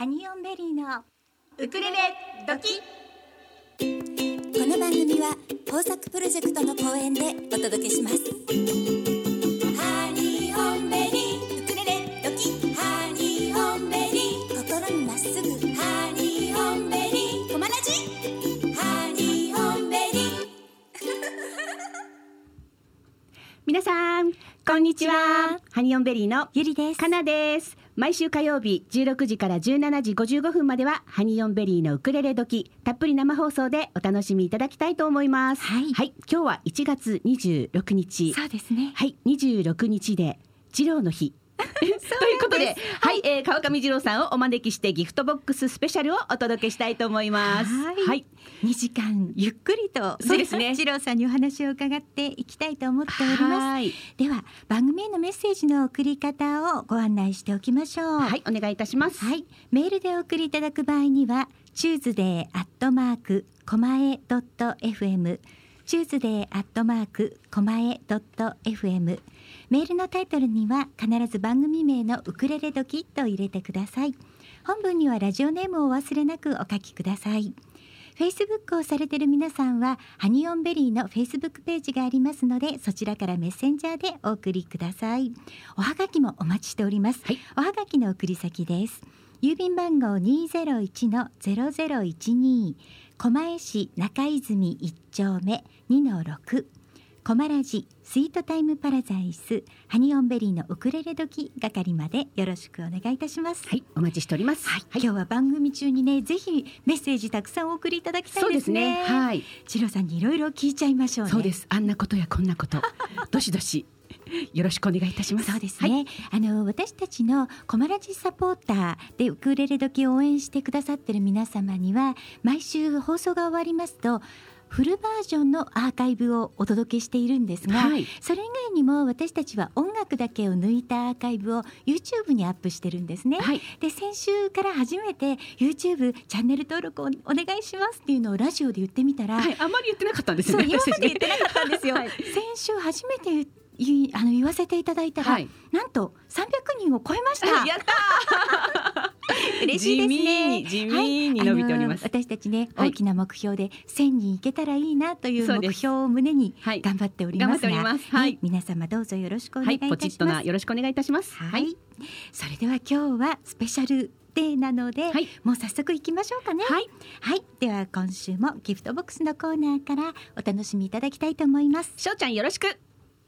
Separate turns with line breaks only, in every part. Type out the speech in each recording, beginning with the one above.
ハニオンベリーの
ウクレレドキ。
この番組は豊作プロジェクトの公演でお届けします。ハニオンベリーウクレレドキ、ハニオンベリー心にまっすぐ、ハニオンベリーコマラジ、ハニオンベリー
皆さんこんにちは。ハニオンベリーの
ゆりです。
かなです。毎週火曜日16時から17時55分まではハニオンベリーのウクレレ時、たっぷり生放送でお楽しみいただきたいと思います。
はい、
はい、今日は1月26日。
そうですね。
はい、26日で二郎の日ということで、はい、川上二郎さんをお招きしてギフトボックススペシャルをお届けしたいと思います。
はい、2時間ゆっくりと、
そうですね、
二郎さんにお話を伺っていきたいと思っております。では番組へのメッセージの送り方をご案内しておきましょう。
はい、お願いいたします。
はい、メールでお送りいただく場合には tuesday@komae.fm tuesday@komae.fm メールのタイトルには必ず番組名のウクレレドキと入れてください。本文にはラジオネームをお忘れなくお書きください。Facebook をされている皆さんはハニオンベリーの Facebook ページがありますので、そちらからメッセンジャーでお送りください。おはがきもお待ちしております。はい、おはがきの送り先です。郵便番号 201-0012 狛江市中泉1丁目 2-6 コマラジスイートタイムパラダイスハニオンベリーのウクレレ時係までよろしくお願いいたします。
はい、お待ちしております。
はい、今日は番組中にね、ぜひメッセージたくさんお送りいただきたいですね。
そうですね。はい、
次郎さんにいろいろ聞いちゃいましょうね。
そうです。あんなことやこんなことどしどしよろしくお願いいたします。
そうですね、はい、私たちのコマラジサポーターでウクレレ時を応援してくださっている皆様には、毎週放送が終わりますとフルバージョンのアーカイブをお届けしているんですが、はい、それ以外にも私たちは音楽だけを抜いたアーカイブを YouTube にアップしてるんですね。はい、で先週から初めて YouTube チャンネル登録をお願いしますっていうのをラジオで言ってみたら、
はい、あんまり言ってなかったんですよね。
そう、今まで言ってなかったんですよ。はい、先週初めて言わせていただいたら、はい、なんと300人を超えました。
やった
嬉しいですね。
地味に伸びております。
私たちね、大きな目標で1000人いけたらいいなという目標を胸に頑張っておりますが、皆様どうぞよろしくお願いいたします。
ポチッとなよろしくお願いいたします。
はい、それでは今日はスペシャルデーなので、もう早速行きましょうかね。はい、では今週もギフトボックスのコーナーからお楽しみいただきたいと思います。
しょうちゃんよろしく。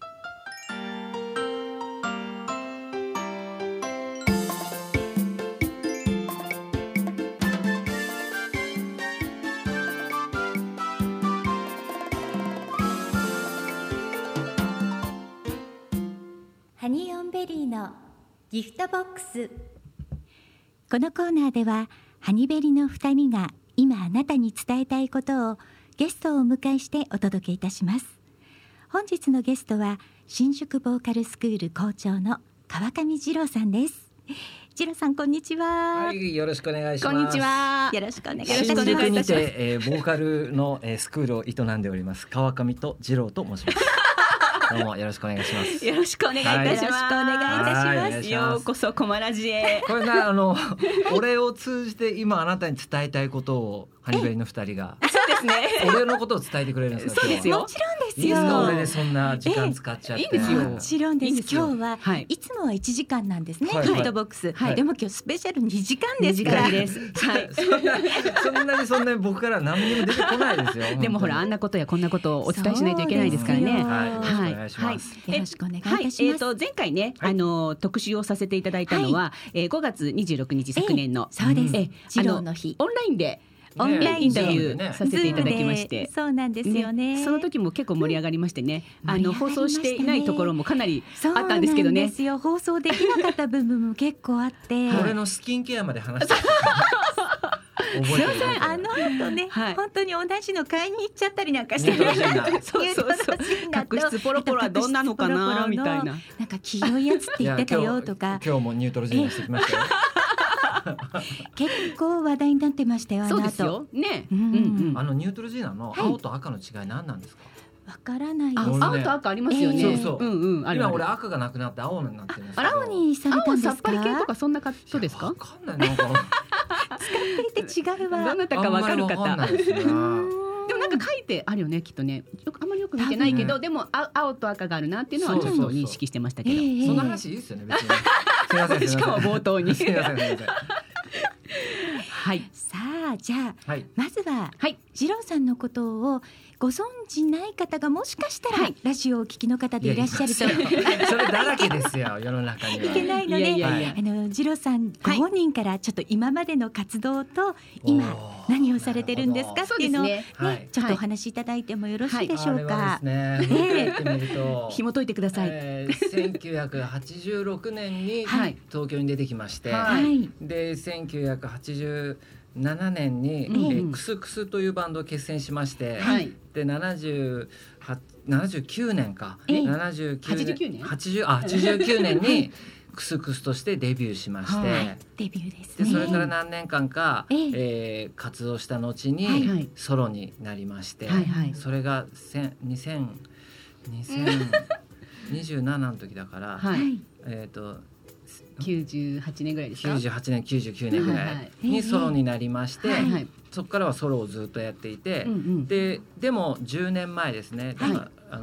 ハニオンベリーのギフトボックス。このコーナーではハニベリの2人が今あなたに伝えたいことをゲストをお迎えしてお届けいたします。本日のゲストは新宿ボーカルスクール校長の川上二郎さんです。二郎さんこんにちは。
はい、よろしくお願いします。
こんにちは。
よろしくお願いいたします。
新宿にて、ボーカルの、スクールを営んでおります川上と二郎と申します。どうもよろしくお願いします。
よろしくお願いいたします。
よろしくお願いいたします。
ようこそコマラジへ。
これ俺を通じて今あなたに伝えたいことをハニベリの2人が
そうですね、
俺のことを伝えてくれるんですか。
そうですよ。
もちろんですよ。
いいですか、俺でそんな時間使っちゃって。
いいですよ。
もちろんです。今日はいつもは1時間なんですね、ギフトボックス。でも今日スペシャル2時間ですから。
です。はい。
そんなに僕から何にも出てこないですよ。
でもほらあんなことやこんなことをお伝えしないといけないですからね。
はい。よろしくお願いします。
よろしくお願いいたします。
前回ね、特集をさせていただいたのは、5月26日昨年の、
そうです。二郎の日。
オンラインでインタビューさせていただきまして、
そうなんですよね。
その時も結構盛り上がりましてね、放送していないところもかなりあったんですけどね。
そうなんですよ。放送できなかった部分も結構あって、
俺のスキンケアまで話して
あの後ね、本当に同じの買いに行っちゃったりなんかして、
そう角質ポロポロはどんなのかなみたいな、
なんか黄色いやつって言ってたよとか。
今日もニュートロジーニしてきましたよ。
結構話題になってましたよ。
そうですよね。
ニュートロジーナの青と赤の違い何なんですか。
わからないです。
青と赤ありますよね。
今俺赤がなくなって青になってるんですけど。
青にされたんですか。
さっぱり系とかそんなことですか。
わかんない。なんか
違いは
どなたかわかる方。
あんまりわかんないですね。
でもなんか書いてあるよねきっとね。あんまりよく見てないけど、でも青と赤があるなっていうのはちょっと認識してましたけど。
その話いいですよね別に。すみませんす
しかも冒頭に。
みませんすみません。
はい
さあじゃあ、
はい。
まずは
はい
次郎さんのことをご存知ない方がもしかしたら、
はい
ラジオをお聞きの方でいらっしゃると
いやいますよそれだらけですよ世の中には。
いけないので、
いやいや
次郎さんご本人からちょっと今までの活動と今何をされてるんですかっていうのを、ね
なるほどはい
ちょっとお話しいただいてもよろしいでしょうか。
あれはですね、見てみると
紐解いてください。
1986年に
はい
東京に出てきまして、
は
はい
で1987年に、
うん
クスクスというバンドを結成しまして、
はい
で79年か、
ええ
79
89年
89年にクスクスとしてデビューしまして、
はい
デビューです
で
ね。
それから何年間か、
え
活動した後に、
はいはい
ソロになりまして、
はいはい
それが2027の時だから、
はい
はい
98年ぐらいですか。
98年99年ぐら
はいはい
いにソロになりまして、
はいはい。
そこからはソロをずっとやっていて、
うんうん
でも10年前ですね、
はい
だから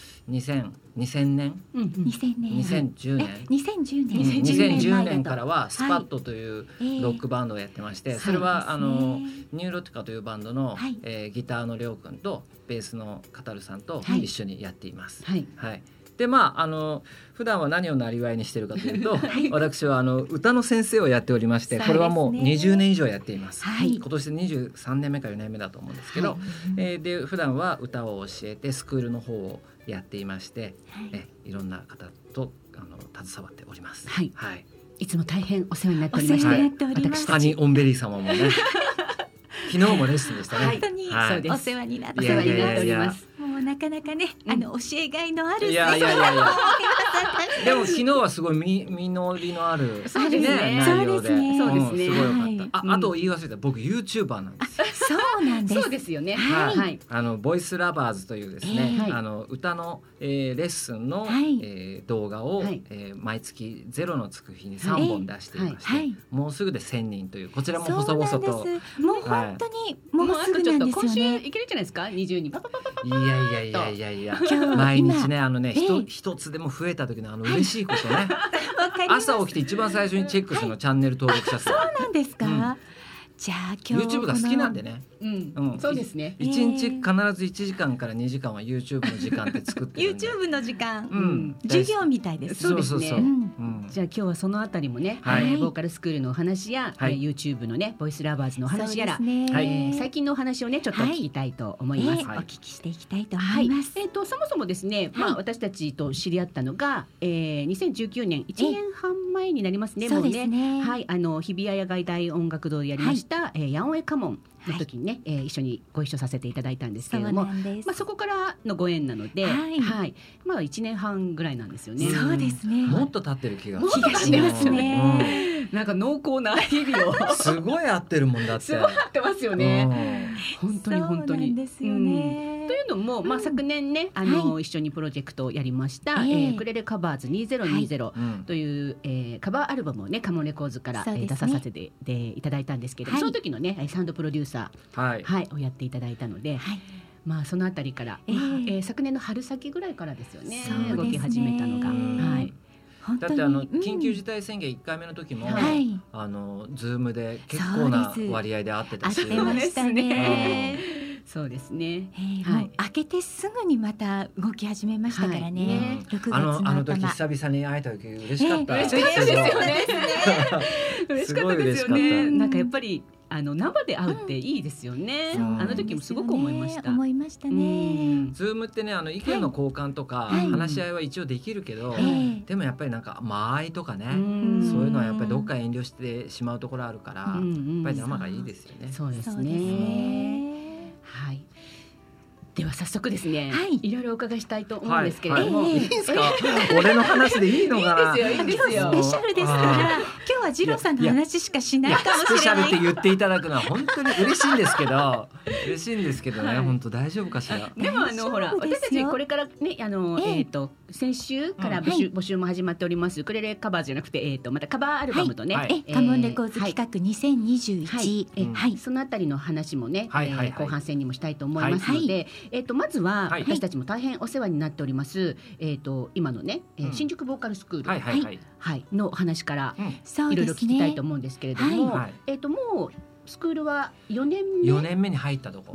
2000年
うんうん
2000年
2010年
2010年
2010年からはスパットというロックバンドをやってまして、
はい
それは
そうですね
ニューロティカというバンドの、
はい
ギターのりょうくんとベースのカタルさんと
はい
一緒にやっています。
はい。
はい。で普段は何をなりわいにしているかというと、私は歌の先生をやっておりまして、
そうですね
これはもう20年以上やっています。
はい
今年で23年目か4年目だと思うんですけど、で普段は歌を教えてスクールの方をやっていまして、いろんな方と携わっております。
はい
はい。
いつも大変お世話になっておりまし
お世話に
て、
なっております
ハニーオンベリー様もね昨日もレッスンでしたね。
本当に
はい
そうです
お世話になって
お世話になっております。
もうなかなかね
うん
教えがいのある
いやいやいやいやでも昨日はすごい実りのある、
そうですね
内容で、
そうですね
そうですね
すごいよかった。
はい
あと言い忘れた、僕 YouTuber なんです。
そうなんです
そうですよね。
はい
はい。
ボイスラバーズというですね、
はい
歌の、レッスンの、
はい
動画を、
はい
毎月ゼロのつく日に3本出していまして、
はい
もうすぐで1000人というこちらも
そう
細々と。
なんですもう本当にもう
もうあと
すぐなん
ちょっと今週
ですよね
いけるんじゃないですか。20人パパパパパ。
いやいやいやいやいや
今日
毎日ね
今
一つでも増えた時の嬉しいことね、
わかります
朝起きて一番最初にチェックするの、チャンネル登録者数。
そうなんですか、
うん
じゃあ今日
YouTube が好きなんでね、
うん
うん
そうですね。
一日必ず1時間から2時間は YouTube の時間って作ってるんで
YouTube の時間、
うん
授業みたいです
そうですね
そう、
うん
うん
じゃあ今日はそのあたりもね、
はい
ボーカルスクールのお話や、
はい
YouTube のねボイスラバーズのお話やら、
そうですね
はい
最近のお話をねちょっと聞きたいと思います。
はい
お聞きしていきたいと
はい
思います、
そもそもですね、
はい
私たちと知り合ったのが、2019年1年半前になりますね。
そう
もう
ですね
はい、日比谷野外大音楽堂でやりました、ヤンオエカモンの時にね、一緒にご一緒させていただいたんですけ
そう
れども、
なんです、
そこからのご縁なので、
はい
1年半ぐらいなんですよね。
そうですね
もっと経ってる気が
もっと経ってます
ね
なんか濃厚な日々を
うんすごい合ってるもんだって。
すごい合ってますよね。本当に本当に。
そうなんですよね、
というのも、昨年ね、
は
一緒にプロジェクトをやりました、
ええ
クレレカバーズ2020
うん
という、カバーアルバムをねカモンレコーズから、
そうですね
出させていただいたんですけど、
はい
その時のねサウンドプロデューサ
はい
ー、をやっていただいたので、
はい
そのあたりから、
ええ
昨年の春先ぐらいからですよね、
そうですね
動き始めたのが。はい
本当
だって
に
緊急事態宣言1回目の時も、
はい
ズームで結構な
そうです
割合で会ってたし、
合ってましたね、
そうですね。
もう開けてすぐにまた動き始めましたからね、
はいね
6月の頭
あの時久々に会えた時嬉しかった。
ええ
嬉しかったですよね。嬉し
す
かったですよ
ごい嬉しか
ね。
っ
なんかやっぱり生で会うっていいですよね。
うん
あの時もすごく思いました。
思いました
う
ね、
ん
ズームってね意見の交換とか
はい
話し合いは一応できるけど、
ええ
でもやっぱりなんか間合いとかね、
うん
そういうのはやっぱりどっか遠慮してしまうところあるから、
うんうん
やっぱり生がいいですよね。
そうです
そうです
ね。
ね
はい。 では早速ですね、
はい
いろいろお伺いしたいと思うんですけれども、
はい
いいですか俺の話でいいのかな。
いいですよいいですよ
今日スペシャルですから今日は二郎さんの話しかしないかも
スペシャルって
しれない。
言っていただくのは本当に嬉しいんですけど嬉しいんですけどね、
はい
本当大丈夫かしら。
でもほら
大丈夫ですよ
私たちこれからね先週から募集も始まっております、ウクレレカバーじゃなくてまたカバーアルバムとね、
はい
カモンレコーズ企画2021、
はいそのあたりの話もね、
はいはいはい
後半戦にもしたいと思いますので、まずは、
はい
私たちも大変お世話になっております、今のね、新宿ボーカルスクール、
はいはいはい。
はいのお話から
そう
いろいろ聞
ですね。
きたいと思うんですけれども、
はい
もうスクールは4年目。
4年目に入ったとこ。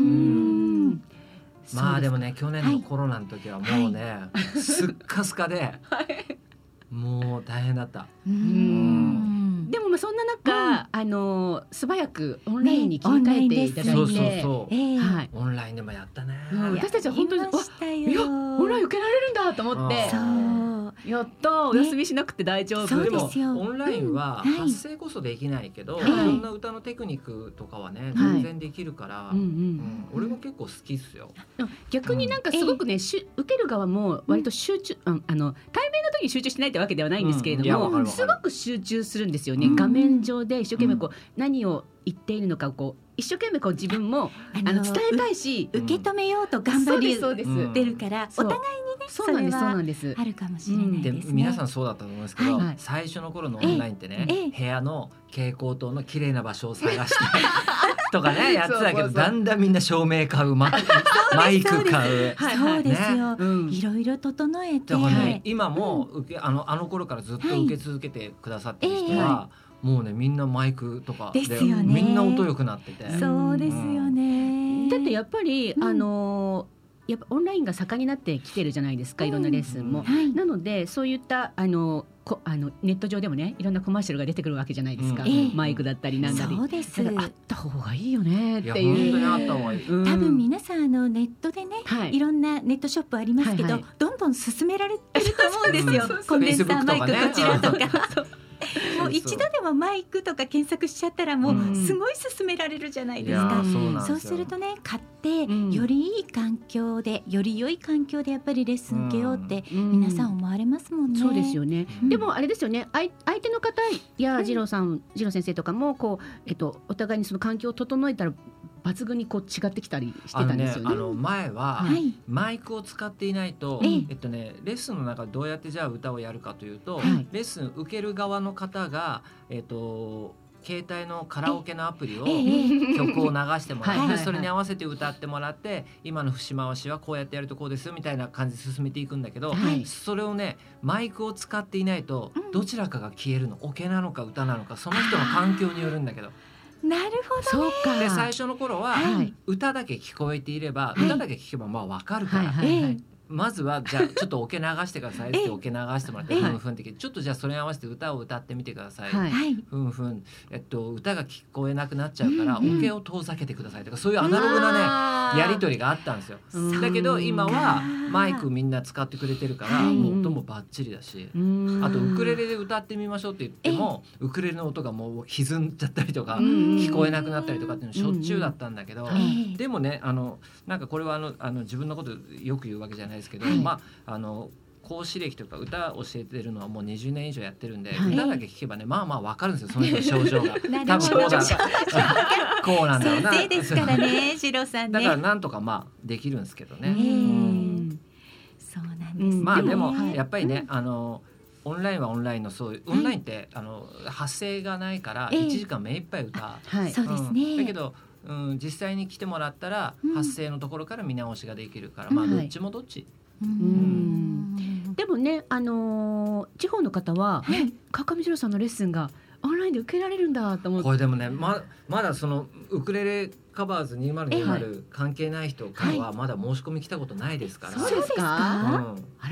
まあでもね去年のコロナの時はもうね、すっかすかで、もう大変だった。
でもまあそんな中、素早くオンラインに切り替えていただいて、
そうそうそう、
はい
オンラインでもやったね。
私たちは本当に
やりましたよ
いやオンライン受けられるんだと思って
そう
やったお休みしなくて大丈夫、
そう
でも
ですよ
オンラインは
うん
発声こそできないけど、
はい
いろんな歌のテクニックとかはね全然できるから、俺も結構好きっすよ。
逆になんかすごくね、受ける側も割と集中、対面の時に集中しないってわけではないんですけれども、
いやわかるわかる
すごく集中するんですよね、
うん
画面上で一生懸命こう、何を言っているのかをこう一生懸命こう自分も伝えたいし、
受け止めようと頑張り
そうです
うん
てるから、お
そう
互いにね
そうなんですそうなんです
あるかもしれない
で
ですね。
皆さんそうだったと思うんですけど、
はい
最初の頃のオンラインってね、
ええ
部屋の蛍光灯の綺麗な場所を探してとかねやってたけど、
そうそうそう
だんだんみんな照明買う、マイク買う。
はい
そうですよ、
うん
いろいろ整えて、
だからね、
はい
今もあの頃からずっと受け続けてくださってる人は、もうねみんなマイクとかで
ですよね
みんな音良くなってて、
そうですよね。
だってやっぱり、
うん
やっぱオンラインが盛んになってきてるじゃないですか、いろんなレッスンも、
はい
なのでそういったネット上でもねいろんなコマーシャルが出てくるわけじゃないですか、
うん
マイクだったりなんだり、
そうです。
だからあった方がいいよねっ
いや
ていう。
本当にあった方がいい。
うん
多分皆さんネットでね、
はい
いろんなネットショップありますけど、
はいはい
どんどん進められてると思うんですよ、
うん
コンデンサーマイク
Facebook
こちらとか、
と
もう一度でもマイクとか検索しちゃったらもうすごい進められるじゃない
い
ですか。
やそうなんですよ。
そうするとね、買って
うん
よりいい環境で、より良い環境でやっぱりレッスン受けようって皆さん思われますもんね。
そうですよね、
うん
でもあれですよね、相手の方や次郎先生とかもこう、お互いにその環境を整えたら抜群にこう違ってきたりしてたんですよね。
前は、
はい
マイクを使っていないと、
え
レッスンの中でどうやってじゃあ歌をやるかというと、
はい
レッスン受ける側の方が、携帯のカラオケのアプリを曲を流してもらって、
はいはいはい
それに合わせて歌ってもらって、今の節回しはこうやってやるとこうですみたいな感じで進めていくんだけど、
はい
それをねマイクを使っていないと
うん
どちらかが消えるの、オケなのか歌なのか、その人の環境によるんだけど、
なるほど。
そうか。
で最初の頃は、
はい
歌だけ聞こえていれば、
はい
歌だけ聞けばまあ分かるから、
はいはいはい
まずはじゃあちょっとオケ流してくださいってオケ流してもらって、
ええ
ふんふんってちょっとじゃあそれに合わせて歌を歌ってみてください、
はい
はい。
ふんふん、歌が聞こえなくなっちゃうから、
うんうん
オケを遠ざけてくださいとか、そういうアナログなねやり取りがあったんですよ。
うん
だけど今は
うん
マイクみんな使ってくれてるから、
はい
もう音もバッチリだし、
うん
あとウクレレで歌ってみましょうって言っても、ウクレレの音がもう歪んじゃったりとか、
うん
聞こえなくなったりとかっていうのしょっちゅうだったんだけど、
うん
でもねなんかこれは自分のことよく言うわけじゃないですけど、
はい
講師歴とか歌教えてるのはもう20年以上やってるんで、
はい
歌だけ聞けばねまあまあわかるんですよ、その人の症状が
なるほど
多分こうだこうなんだろうな、
先生ですからね、次郎さんね。
だからなんとかまあできるんですけどね、
ええ
うん
そうなんです、
うん
まあでも
はい
やっぱりね、オンラインはオンラインのそういうオンラインって、発声がないから
ええ
1時間目いっぱい歌、
はい
そうですね。
だけど、実際に来てもらったら、
うん
発声のところから見直しができるから、
うん
まあど
はい
っちもどっち、
うん
でもね、地方の方は、
はい
川上次郎さんのレッスンがオンラインで受けられるんだと思って
これでもね まだそのウクレレカバーズ2020、
はい
関係ない人からはまだ申し込み来たことないですから、
そうですか
うん
あら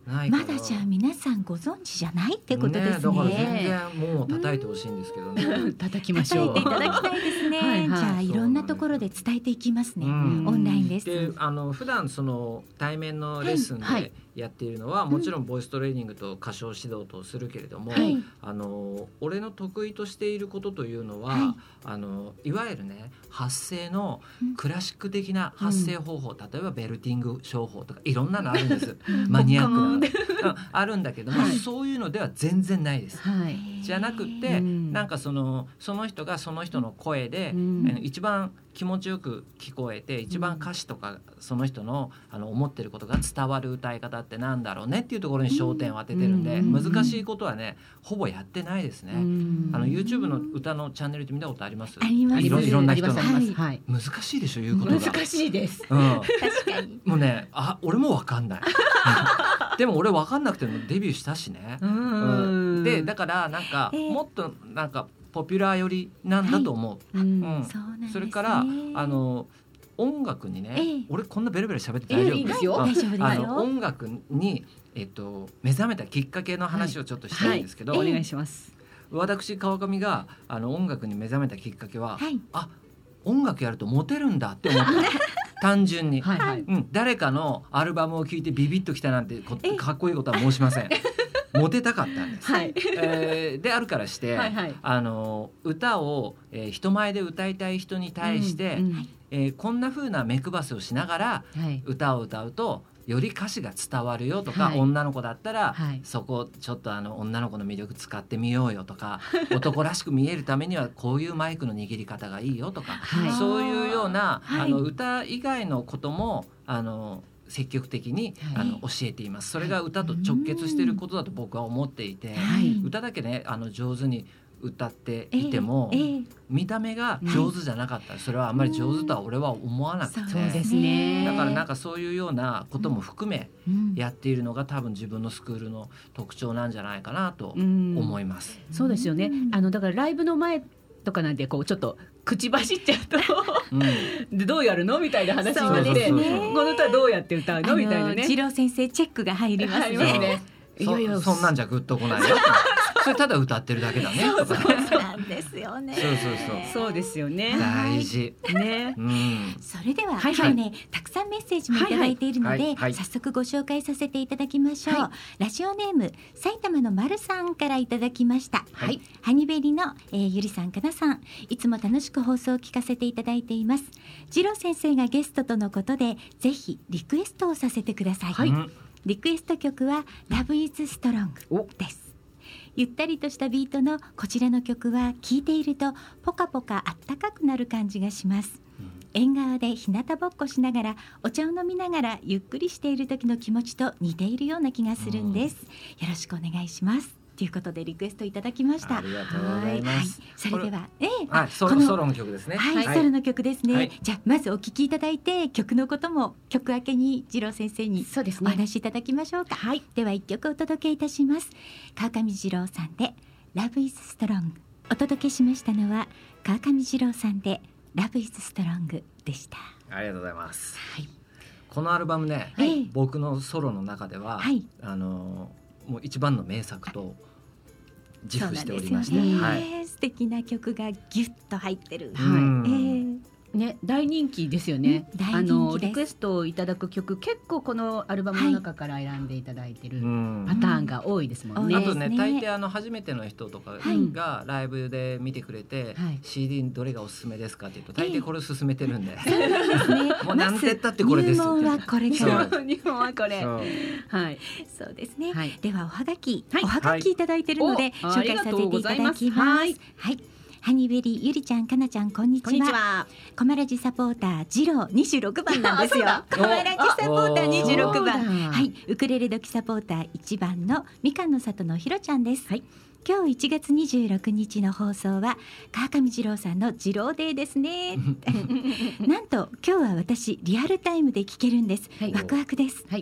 ないから
まだじゃあ皆さんご存知じゃないってことですね。
だから全然もう叩いてほしいんですけどね。
叩きましょう。
叩いていただきたいですね。
はいはい
じゃあいろんなところで伝えていきますね。
うん
オンラインレッ
で
スン。
普段その対面のレッスン
はい
でやっているのは、もちろんボイストレーニングと歌唱指導とするけれども、
はい
俺の得意としていることというのは、いわゆるね発声のクラシック的な発声方法、例えばベルティング唱法とかいろんなのあるんですマニアックなあるんだけども、
はい
そういうのでは全然ないです。
はい。
じゃなくて、
うん
なんかその人がその人の声で、
うん
一番気持ちよく聞こえて一番歌詞とかその人の思ってることが伝わる歌い方ってなんだろうねっていうところに焦点を当ててるんで、
うん
難しいことはねほぼやってないですね。YouTube の歌のチャンネルって見たことあります？
あります。
いろんな人の
ありますはい。
難しいでしょ言うことが。
難しいです。
うん
確かに。
もうね俺も分かんないでも俺分かんなくてもデビューしたしね。でだからなんか、もっとなんかポピュラー寄りなんだと思う。
うん
そうなんですね。
それから音楽にね、俺こんなベラベラ喋って大丈夫？
いいですよ。
大丈夫ですよ。
音楽に目覚めたきっかけの話をちょっとしたいんですけど、
お願いします。
私川上が音楽に目覚めたきっかけは、
はい
音楽やるとモテるんだって思った単純に、
はいはい。
誰かのアルバムを聴いてビビッときたなんてかっこいいことは申しませんモテたかったんです、
はい。
であるからして
はいはい。
歌を、人前で歌いたい人に対して、こんな風な目配せをしながら
はい。
歌を歌うとより歌詞が伝わるよとか、
はい
女の子だったら、
はい
そこちょっと女の子の魅力使ってみようよとか男らしく見えるためにはこういうマイクの握り方がいいよとか、
はい
そういうような、
はい
歌以外のことも積極的に、
はい
教えています。それが歌と直結していることだと僕は思っていて、
はい
歌だけね上手に歌っていても、見た目が上手じゃなかったらそれはあんまり上手とは俺は思わなくて、
そうですね。
だからなんかそういうようなことも含め
うん
やっているのが多分自分のスクールの特徴なんじゃないかなと
うん
思います。
そうですよね。だからライブの前とかなんでこうちょっと口走っちゃうと
うん
でどうやるのみたいな話になって、
そう
こ
ですね
の歌どうやって歌うのみたいなね。
次郎先生チェックが入ります
入りますね。いやいや
そんなんじゃグッとこないよそれただ歌ってるだけだねとかね
そうなんですよね。
そう
そうですよね。
大事、
ね。
それでは、
はい
今日ねたくさんメッセージもいただいているので、
はいはい
早速ご紹介させていただきましょう、
は
ラジオネーム埼玉の丸さんからいただきました。
はい
ハニベリの、ゆりさんかなさん、いつも楽しく放送を聞かせていただいています。次郎先生がゲストとのことでぜひリクエストをさせてください、
はい
リクエスト曲は Love is Strong
お
です。ゆったりとしたビートのこちらの曲は聴いているとポカポカあったかくなる感じがします。縁側で日向ぼっこしながらお茶を飲みながらゆっくりしている時の気持ちと似ているような気がするんです。よろしくお願いしますということでリクエストいただきました。
ありがとうございます。
それでは、
はい、ソ
この
ロの曲ですね。
はい、ソロの曲ですね、
はい
じゃあまずお聴きいただいて曲のことも曲明けに次郎先生にお
そうですね。
話しいただきましょうか。
はい。
では一曲お届けいたします。川上次郎さんで Love is Strong。 お届けしましたのは川上次郎さんで Love is Strong でした。
ありがとうございます。
はい
このアルバムね、
はい
僕のソロの中では、
はい
もう一番の名作と自負しておりまして、
そうなんですよね、
はい。
素敵な曲がギュッと入ってる、
はい
うん
ね、大人気ですよね。
大人気です
リクエストをいただく曲結構このアルバムの中から選んでいただいてる
うん
パターンが多いですもんね。
あとね、
ですね
大抵初めての人とか
はい
がライブで見てくれて、
はい
CD どれがおすすめですかって言うと大抵これを勧めてるんで、
そうですね
もうなんて言ったってこれです
入門はこれか
そう
ら
日本はこれ。
そう
はい。
そうですね、
はい
ではおはがき、
はい
おはがきいただいているので、
お
紹介させていただきます。
ありがとうござい
はい、ハニベリーゆりちゃんかなちゃんこんにちは。
こんにちは。
コマラジサポーター次郎26番なんですよ
あ。
コマラジサポーター26
そうだ
番、はい、ウクレレ時サポーター1番のみかんの里のひろちゃんです。
はい。
今日1月26日の放送は川上次郎さんの次郎デーですね。なんと今日は私リアルタイムで聞けるんです。
はい
ワクワクです。
はい。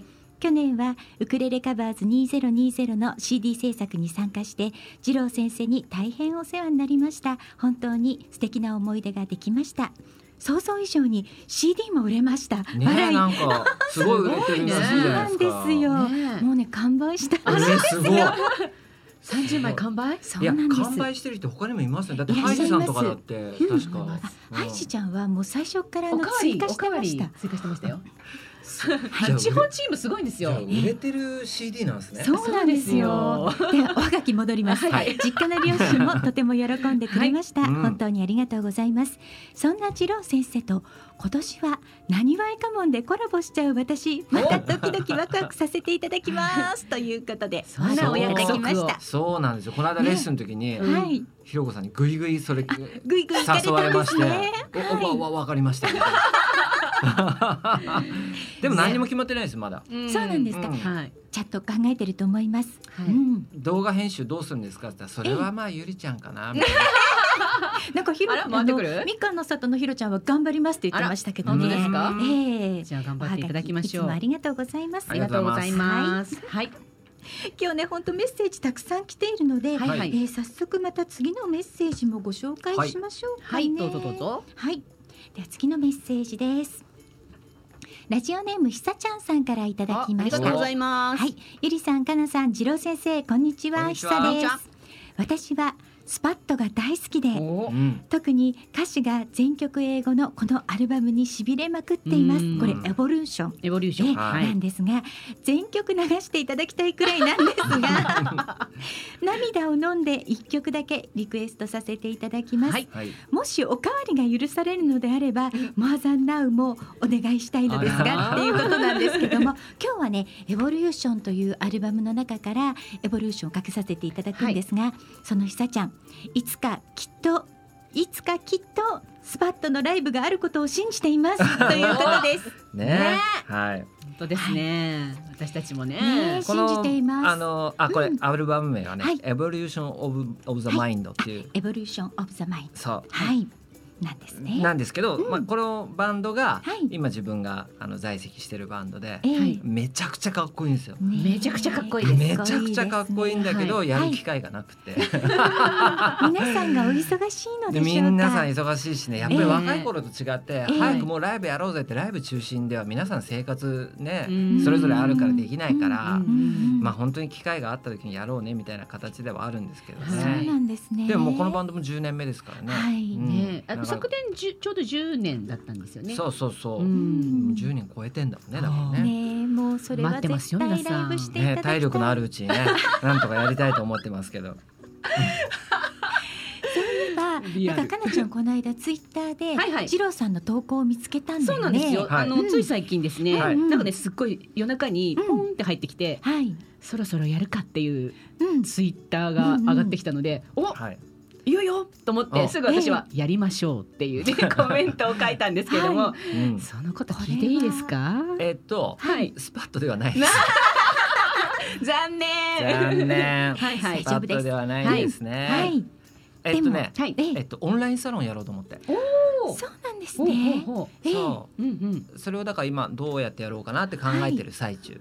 去年はウクレレカバーズ2020の CD 制作に参加して次郎先生に大変お世話になりました。本当に素敵な思い出ができました。想像以上に CD も売れました。
ね、なんかすごい売れてるらしいじゃないですか。
そうなんですよ、
ね、
もうね完売したらしい
すごい
30枚完売。
そうなんです。
完売してる人他にもいますね。だってハイジさんとかだって確か、
ハイジちゃんはもう最初から追加してました。
追加してましたよ。
はい、
地方チームすごいんですよ。
売れてる CD なんですね。
そうなんですよ。ではおはがき戻ります、はい、実家の両親もとても喜んでくれました、はい、本当にありがとうございます。そんな次郎先生と今年はなにわいかもんでコラボしちゃう私、またドキドキワクワクさせていただきますということでお花をいただきました。
そうなんですよ。この間レッスンの時に、
はい、
ひろこさんにグイグイそれ
グイグイ誘われまして、
わかりましたでも何にも決まってないですまだ。
そうなんですか、はい、ちゃんと考えてると思います、はい、
動画編集どうするんですかって言ったらそれはまあゆりちゃんかなみたいな
なんかひろみかんの里のひろちゃんは頑張りますって言ってましたけどね。
本当ですか、じゃあ頑張っていただきましょう。
いつもありがとうございます。
ありがとうございます。はい、
今日ね本当メッセージたくさん来ているので、
はい、
早速また次のメッセージもご紹介しましょうかね。
はい、どうぞどうぞ。
はい、では次のメッセージです。ラジオネームひさちゃんさんからいただきました。
ありがとうございます。
はい、ゆりさん、かなさん、次郎先生、こんにちは。ひさです。私はスパットが大好きで、特に歌詞が全曲英語のこのアルバムにしびれまくっています。これエボリューションなんですが、全曲流していただきたいくらいなんですが涙を飲んで1曲だけリクエストさせていただきます、はい、もしおかわりが許されるのであればモアザンナウもお願いしたいのですがっていうことなんですけども、今日はねエボリューションというアルバムの中からエボリューションをかけさせていただくんですが、そのひさちゃん、いつかきっとスパットのライブがあることを信じていますということです
ね。はい、
本当ですね、私たちも
ね信じています。
これアルバム名はね、エボリューションオブザマインドっていう、
エボリューションオブザマインド、
そう、
はい、なんですね。
なんですけど、このバンドが、今自分が在籍してるバンドで、めちゃくちゃかっこいいんですよ。
めちゃくちゃかっこいいです。
めちゃくちゃかっこいいんだけど、やる機会がなくて、
皆さんがお忙しいのでしょうか。
皆さん忙しいしね、やっぱり若い頃と違って、早くもうライブやろうぜって、ライブ中心では皆さん生活ね、それぞれあるからできないから、まあ本当に機会があった時にやろうねみたいな形ではあるんですけどね。
そうなんですね。
でもこのバンドも10年目ですからね。
昨年ちょうど10年だったんですよね。
そう、10年超えてんだもんね。だからね、
もうそれは絶対ライブしていただきたい。
体力のあるうちにねなんとかやりたいと思ってますけど
そういえばなんかかなちゃんこの間ツイッターで次郎さんの投稿を見つけたんだよね。
そうなんですよ。つい最近ですね、なんかねすっごい夜中にポンって入ってきて、そろそろやるかっていうツイッターが上がってきたので、いよいよと思ってすぐ私はやりましょうっていうねコメントを書いたんですけれども、そのこと聞いていいですか？
スパットではないです
残念
スパットではないですね。オンラインサロンやろうと思って。
そうなんですね。
それをだから今どうやってやろうかなって考えてる最中。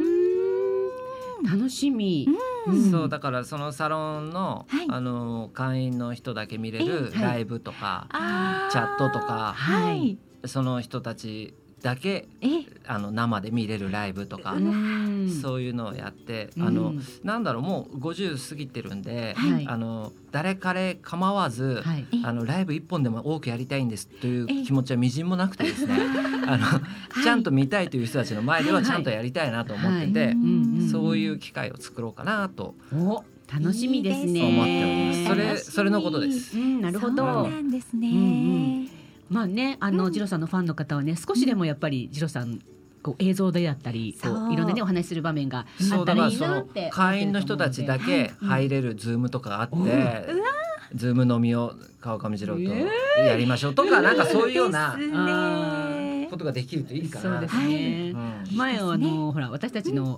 楽しみ。
そうだからそのサロンの会員の人だけ見れるライブとかチャットとか、その人たちだけ生で見れるライブとか、そういうのをやってなんだろう、もう50過ぎてるんで、誰彼構わずライブ1本でも多くやりたいんですという気持ちはみじんもなくてですね、ちゃんと見たいという人たちの前ではちゃんとやりたいなと思ってて、そういう機会を作ろうかなと
楽しみですね。
思っております。それのことです。
なるほど。
そうなんですね。
まあね、次郎さんのファンの方はね、少しでもやっぱり次郎さんこう映像であったり、いろんなねお話しする場面があったらいいなって。
会員の人たちだけ入れるズームとかあって、ズーム飲みを川上次郎とやりましょうとか、なんかそういうようなことができるといいかな。
そうですね。前ほら私たちの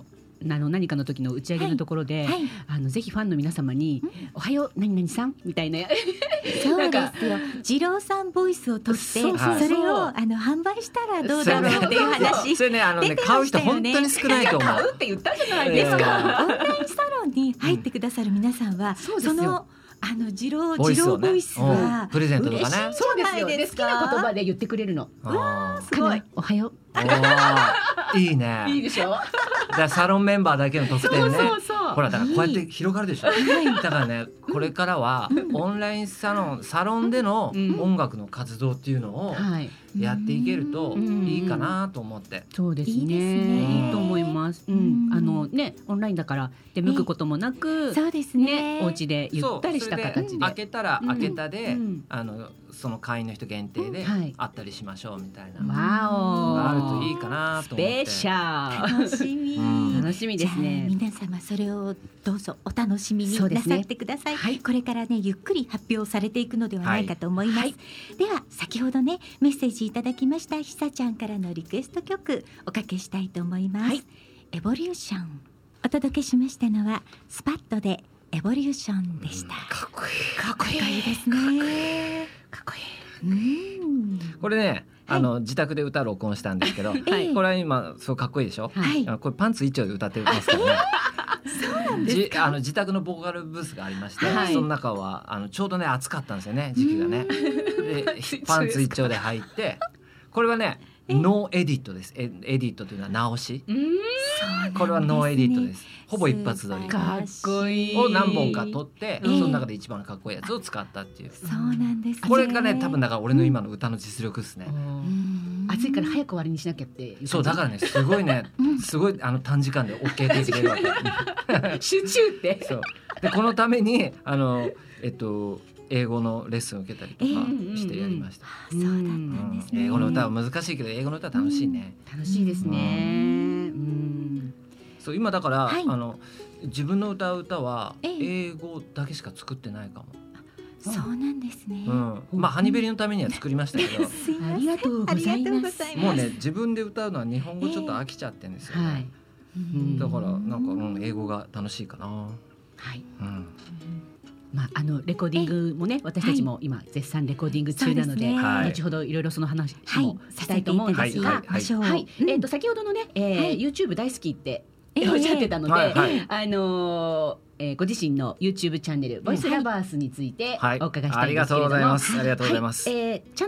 何かの時の打ち上げのところで、ぜひファンの皆様に、おはよう何々さんみたいな
そうですよ、二郎さんボイスを取って、それを販売したらどうだろうっていう話、
それね、買う人本当に少ないと思う。
買うって言ったじゃないですか。
オンラインサロンに入ってくださる皆さんは、その二郎ボイスは
プレゼントとかね。
そうですよ。好きな言葉で言ってくれるの。すごい。おはよ
う。いいね。
いいでしょ。
じゃあサロンメンバーだけの特典ね。ほらだからこうやって広がるでしょ。だからね、これからはオンラインサロンでの音楽の活動っていうのをやっていけるといいかなと思って。
そうですね。いいと思います。オンラインだから出向くこともなく、
そうですね。
お家でゆったりした形で
開けたら開けたで、その会員の人限定であったりしましょうみたいな。
わお。
あるといいかなと思って。
スペシャル。
楽しみ。
楽しみですね。
皆様それをどうぞお楽しみになさってください。これからね、ゆっくり発表されていくのではないかと思います。では先ほどね、メッセージいただきましたひさちゃんからのリクエスト曲おかけしたいと思います。エボリューションお届けしましたのはスパットでエボリューションでした。
かっこいい。
かっこいいですね。
かっこいい。
これね、自宅で歌録音したんですけど、これは今すごいかっこいいでしょ。これパンツ一丁で歌ってますからね。
そうなんですか。
自宅のボーカルブースがありまして、その中はちょうどね暑かったんですよね、時期がね。でパンツ一丁で入って、これはねノーエディットです。エディットというのは直し。これはノーエディットです。ほぼ一発撮り。
かっこいい。
を何本か撮って、その中で一番かっこいいやつを使ったっていう。
そうなんですね。
これがね、多分だから俺の今の歌の実力ですね。
暑いから早く終わりにしなきゃって。
そうだからね、すごいね、すごい短時間で OK って言ってくれるわけ。
集中って。
そう。でこのために英語のレッスンを受けたりとかしてやりました。
そうだったんですね。
英語の歌は難しいけど、英語の歌は楽しいね。
楽しいですね。
そう今だから自分の歌う歌は英語だけしか作ってないかも。
そうなんですね。
まあハニベリのためには作りましたけど。
ありがとうございます。
もうね、自分で歌うのは日本語ちょっと飽きちゃってるんですよね。だからなんか英語が楽しいかな。
はい。レコーディングもね、私たちも今絶賛レコーディング中なので、後ほどいろいろその話もしたいと思うんですが、先ほどのね、YouTube 大好きっておっしゃってたので、ご自身の YouTube チャンネルボイスラバースについてお伺いしたいんですけれども、あり
がとうございます。
チャ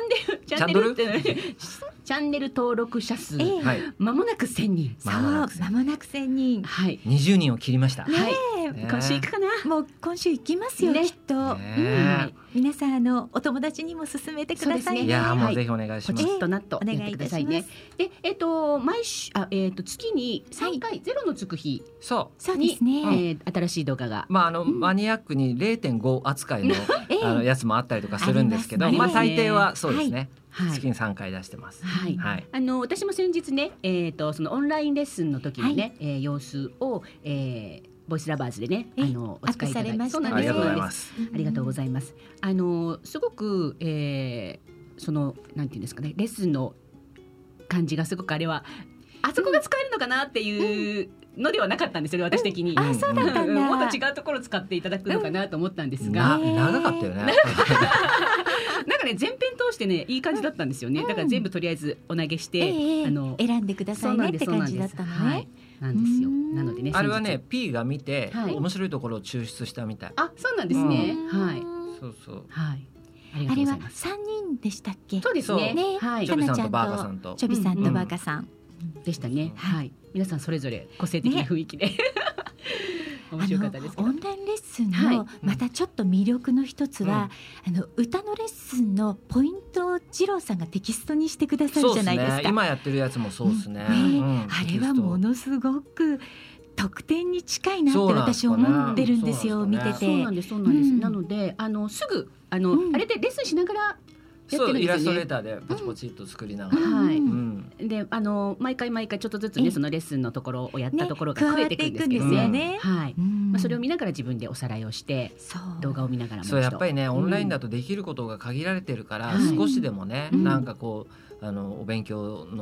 ンネル登録者数まもなく1000人。
まもなく1000人。
20人を切りました。
今週行くかな。
もう今週行きますよ、きっと。皆さんお友達にも勧めてくださいね。
いやもうぜひお願いします。
ポチッとなっとやってくださいね。で毎週月に3回ゼロのつく日に新しい動画が、
マニアックに 0.5 扱いのやつもあったりとかするんですけど、大抵はそうですね。月に3回出してます。
私も先日ね、そのオンラインレッスンの時のね、様子をボイスラバーズでね、お使いいただいて、
ありがとうございます。
ありがとうございます。すごくそのなんていうんですかね、レッスンの感じがすごくあれはあそこが使えるのかなっていうのではなかったんですよね、私的に。
そうだったんだ。
もっと違うところ使っていただくのかなと思ったんですが、
長かったよね。
なんかね、全編通してね、いい感じだったんですよね。だから全部とりあえずお投げして
選んでくださいねって感じだったのね。
なんですよ。なのでね、
あれはね P が見て面白いところを抽出したみたい。
あ、そうなんですね。はい。
そうそう。
はい。
あれは3人でしたっけ。
そうですね。
チョビさんとバーカさんと
チョビさんとバーカさん
でしたね。はい。皆さんそれぞれ個性的な雰囲気で面白かったですけど。
オンラインレッスンのまたちょっと魅力の一つは、歌のレッスンのポイントを二郎さんがテキストにしてくださるじゃないですか。
今やってるやつもそうですね。
あれはものすごく得点に近いなって私思ってるんですよ、見てて。
そうなんです、そうなんです。なのですぐあれでレッスンしながら
そうイラストレーターでポチポチっと作りながら、
で毎回ちょっとずつね、そのレッスンのところをやったところが増えていくんですけどね。はい。それを見ながら自分でおさらいをして動画を見ながらも
そうやっぱりね、オンラインだとできることが限られてるから、少しでもね、なんかこうお勉強の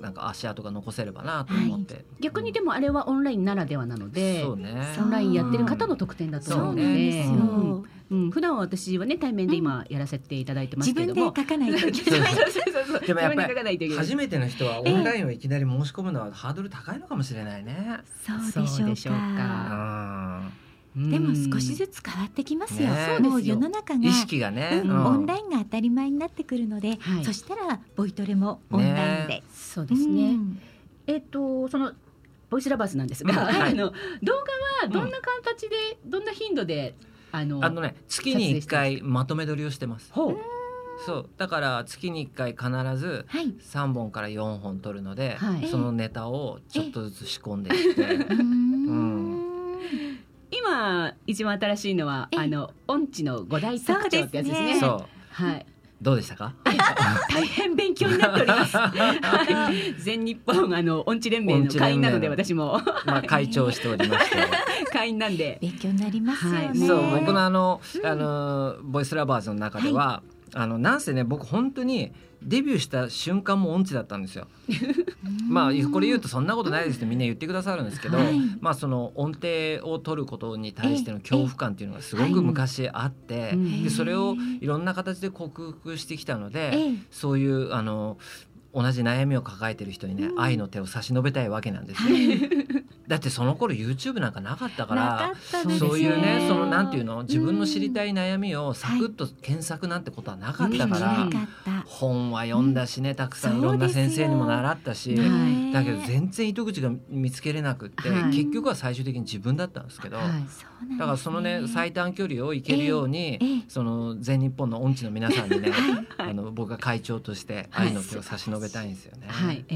なんか足跡が残せればなと思って、
逆にでもあれはオンラインならではなので、
そうね、
オンラインやってる方の特典だと思うので、普段は私はね対面で今やらせていただいてますけども、
自分で書かないと
でもやっぱり初めての人はオンラインをいきなり申し込むのはハードル高いのかもしれないね。
そうでしょうか。でも少しずつ変わってきますよ。もう世の中が
意識がね、
オンラインが当たり前になってくるので、そしたらボイトレもオンラインで、
そうですね。そのボイスラバーズなんですが、動画はどんな形で、どんな頻度で
月に1回まとめ撮りをしてます。そうだから月に1回必ず3本から4本撮るので、そのネタをちょっとずつ仕込んでいって、
今一番新しいのは音痴の5大特徴ってやつですね。
どうでしたか？
大変勉強になっております。全日本音痴連盟の会員なので、私も
会長をしておりまして
会員なんで
勉強になりますよね。
そう、僕のボイスラバーズの中では、なんせね、僕本当にデビューした瞬間も音痴だったんですよ。これ言うとそんなことないですってみんな言ってくださるんですけど、その音程を取ることに対しての恐怖感っていうのがすごく昔あって、でそれをいろんな形で克服してきたので、そういう同じ悩みを抱えてる人にね、愛の手を差し伸べたいわけなんですよ。だってその頃 YouTube なんかなかったから、そういうね、なんていうの、自分の知りたい悩みをサクッと検索なんてことはなかったから、本は読んだしね、たくさんいろんな先生にも習ったし、だけど全然糸口が見つけれなくって、結局は最終的に自分だったんですけど、だからそのね、最短距離を行けるように、その全日本の音痴の皆さんにね、僕が会長として愛の手を差し伸べたいんですよね。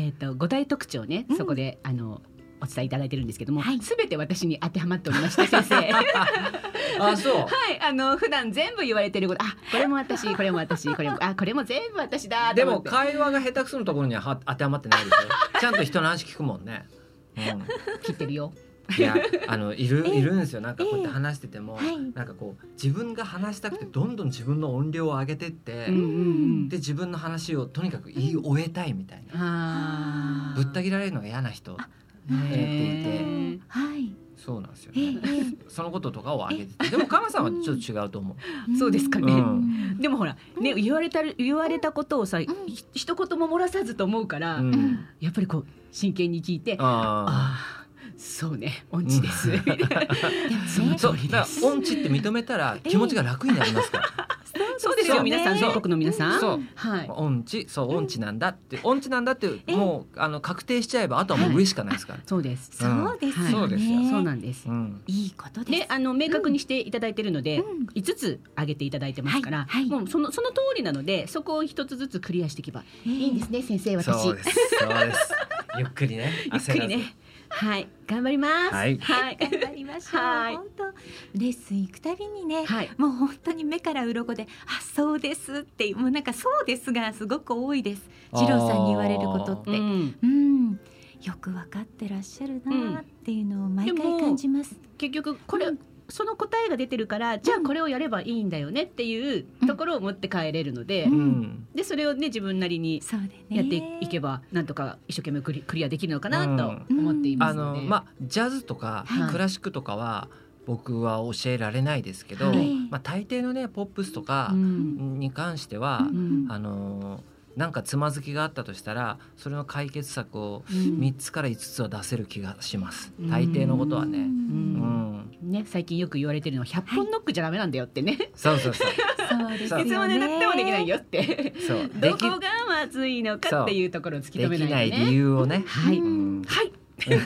5大特徴ね、そこでお伝えいただいてるんですけども、すべて私に当てはまっておりまして、先生。
そう。
普段全部言われてること、これも私、これも私、これも全部私だ。
でも会話が下手くそのところには当てはまってないでしょ。ちゃんと人の話聞くもんね。
聞いてるよ。
いや、いるんですよ。なんかこうやって話してても、なんかこう自分が話したくてどんどん自分の音量を上げてって、で自分の話をとにかく言い終えたいみたいな、ぶった切られるのが嫌な人って言っていて、そうなんですよね。そのこととかを挙げてて、でもカマさんはちょっと違うと思
う。そうですかね。でもほらね、言われたことをさ、一言も漏らさずと思うから、やっぱりこう真剣に聞いて、そうね、音痴です。
そう、だから音痴って認めたら気持ちが楽になりますから。
そうですよ、皆さん、全国の皆さん。
そう、音痴、音痴なんだって、もう確定しちゃえば、あとはもう上しかないですから。
そうです。
そうですよね。
そうなんです。
いいことです。
で、明確にしていただいているので、5つ挙げていただいてますから、もうその通りなので、そこを1つずつクリアしていけばいいんですね、先生、私。
そうです。ゆっくりね。
ゆっくりね。頑張ります。
頑張りましょう。本当レッスン行くたびにね、もう本当に目から鱗で、そうですって、もうなんかそうですがすごく多いです。次郎さんに言われることって、よく分かってらっしゃるなっていうのを毎回感じます。
結局これ、その答えが出てるから、じゃあこれをやればいいんだよねっていうところを持って帰れるので、でそれをね、自分なりにやっていけば、なんとか一生懸命クリアできるのかなと思っていますので、
ジャズとかクラシックとかは僕は教えられないですけど、大抵のねポップスとかに関しては、なんかつまずきがあったとしたら、それの解決策を3つから5つは出せる気がします。大抵のことはね。
最近よく言われてるのは100本ノックじゃダメなんだよってね。
そう。いつ
までだってもできないよって。どこがまずいのかっていうところを突き止めないとね。
できない理由をね。
はい先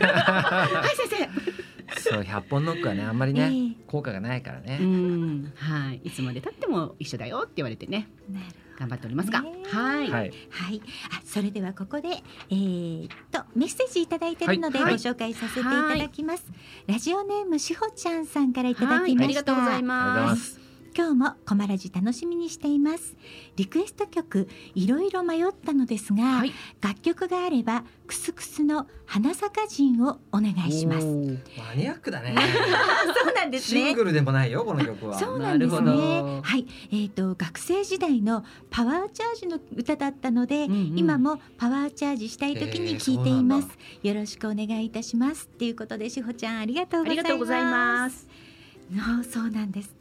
生。
そう、100本ノックはね、あんまりね、効果がないからね。
いつまで経っても一緒だよって言われてね。頑張っておりますが、
それではここでメッセージいただいているのでご紹介させていただきます。ラジオネームしほちゃんさんからいただきました。
ありがとうございます。
今日もコマラジ楽しみにしています。リクエスト曲いろいろ迷ったのですが、はい、楽曲があればクスクスの花坂人をお願いします。
マニアックだね
そうなんですね。
シングルでもないよこの曲は。
そうなんですね。はい、学生時代のパワーチャージの歌だったので、今もパワーチャージしたい時に聴いています。よろしくお願いいたしますっていうことで、しほちゃんありがとうございます。そうなんですって。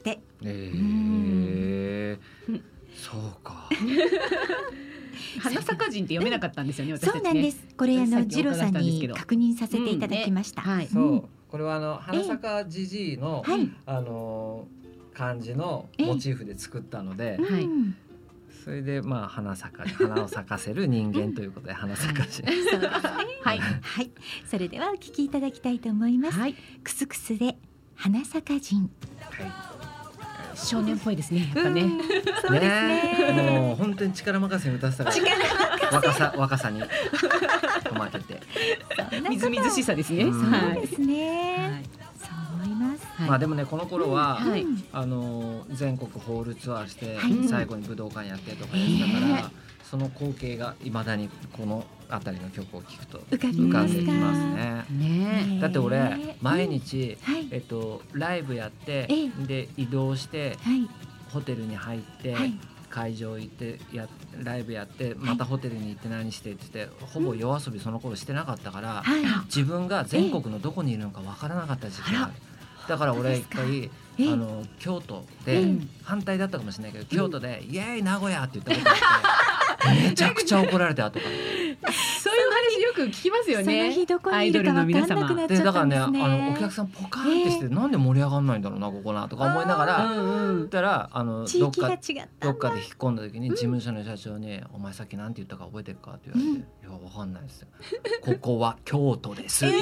そうか
花坂人って読めなかったんですよね、私たちね。
そうなんです。これジロさんに確認させていただきました。
そうこれは花坂じじいの、漢字のモチーフで作ったので、それで花を咲かせる人間ということで花坂人。
はい、それではお聞きいただきたいと思います。クスクスで花坂人。
少年っぽいですね。やっぱね。
そうですね。
もう本当に力任せに歌ってたから若さに負けて
みずみずしさですね。
そうですね。そう思います。
でもねこの頃は全国ホールツアーして最後に武道館やってとかやってたから、その光景がいまだにこのあたりの曲を聴くと浮かんできますね。だって俺毎日ライブやってで移動してホテルに入って会場行ってライブやってまたホテルに行って何してって言って、ほぼ夜遊びその頃してなかったから、自分が全国のどこにいるのか分からなかった時期がある。だから俺一回京都で反対だったかもしれないけど、京都でイエーイ名古屋って言ったことがあってめちゃくちゃ怒られて後から
そういう話よく聞きますよね。アイドルの皆様
で、だからねお客さんポカーンってして、なんで盛り上がんないんだろうなここなとか思いながら言ったら、どっかで引っ込んだ時に事務所の社長に「お前さっきなんて言ったか覚えてるか?」って言われて「いやわかんないですよここは京都です」めち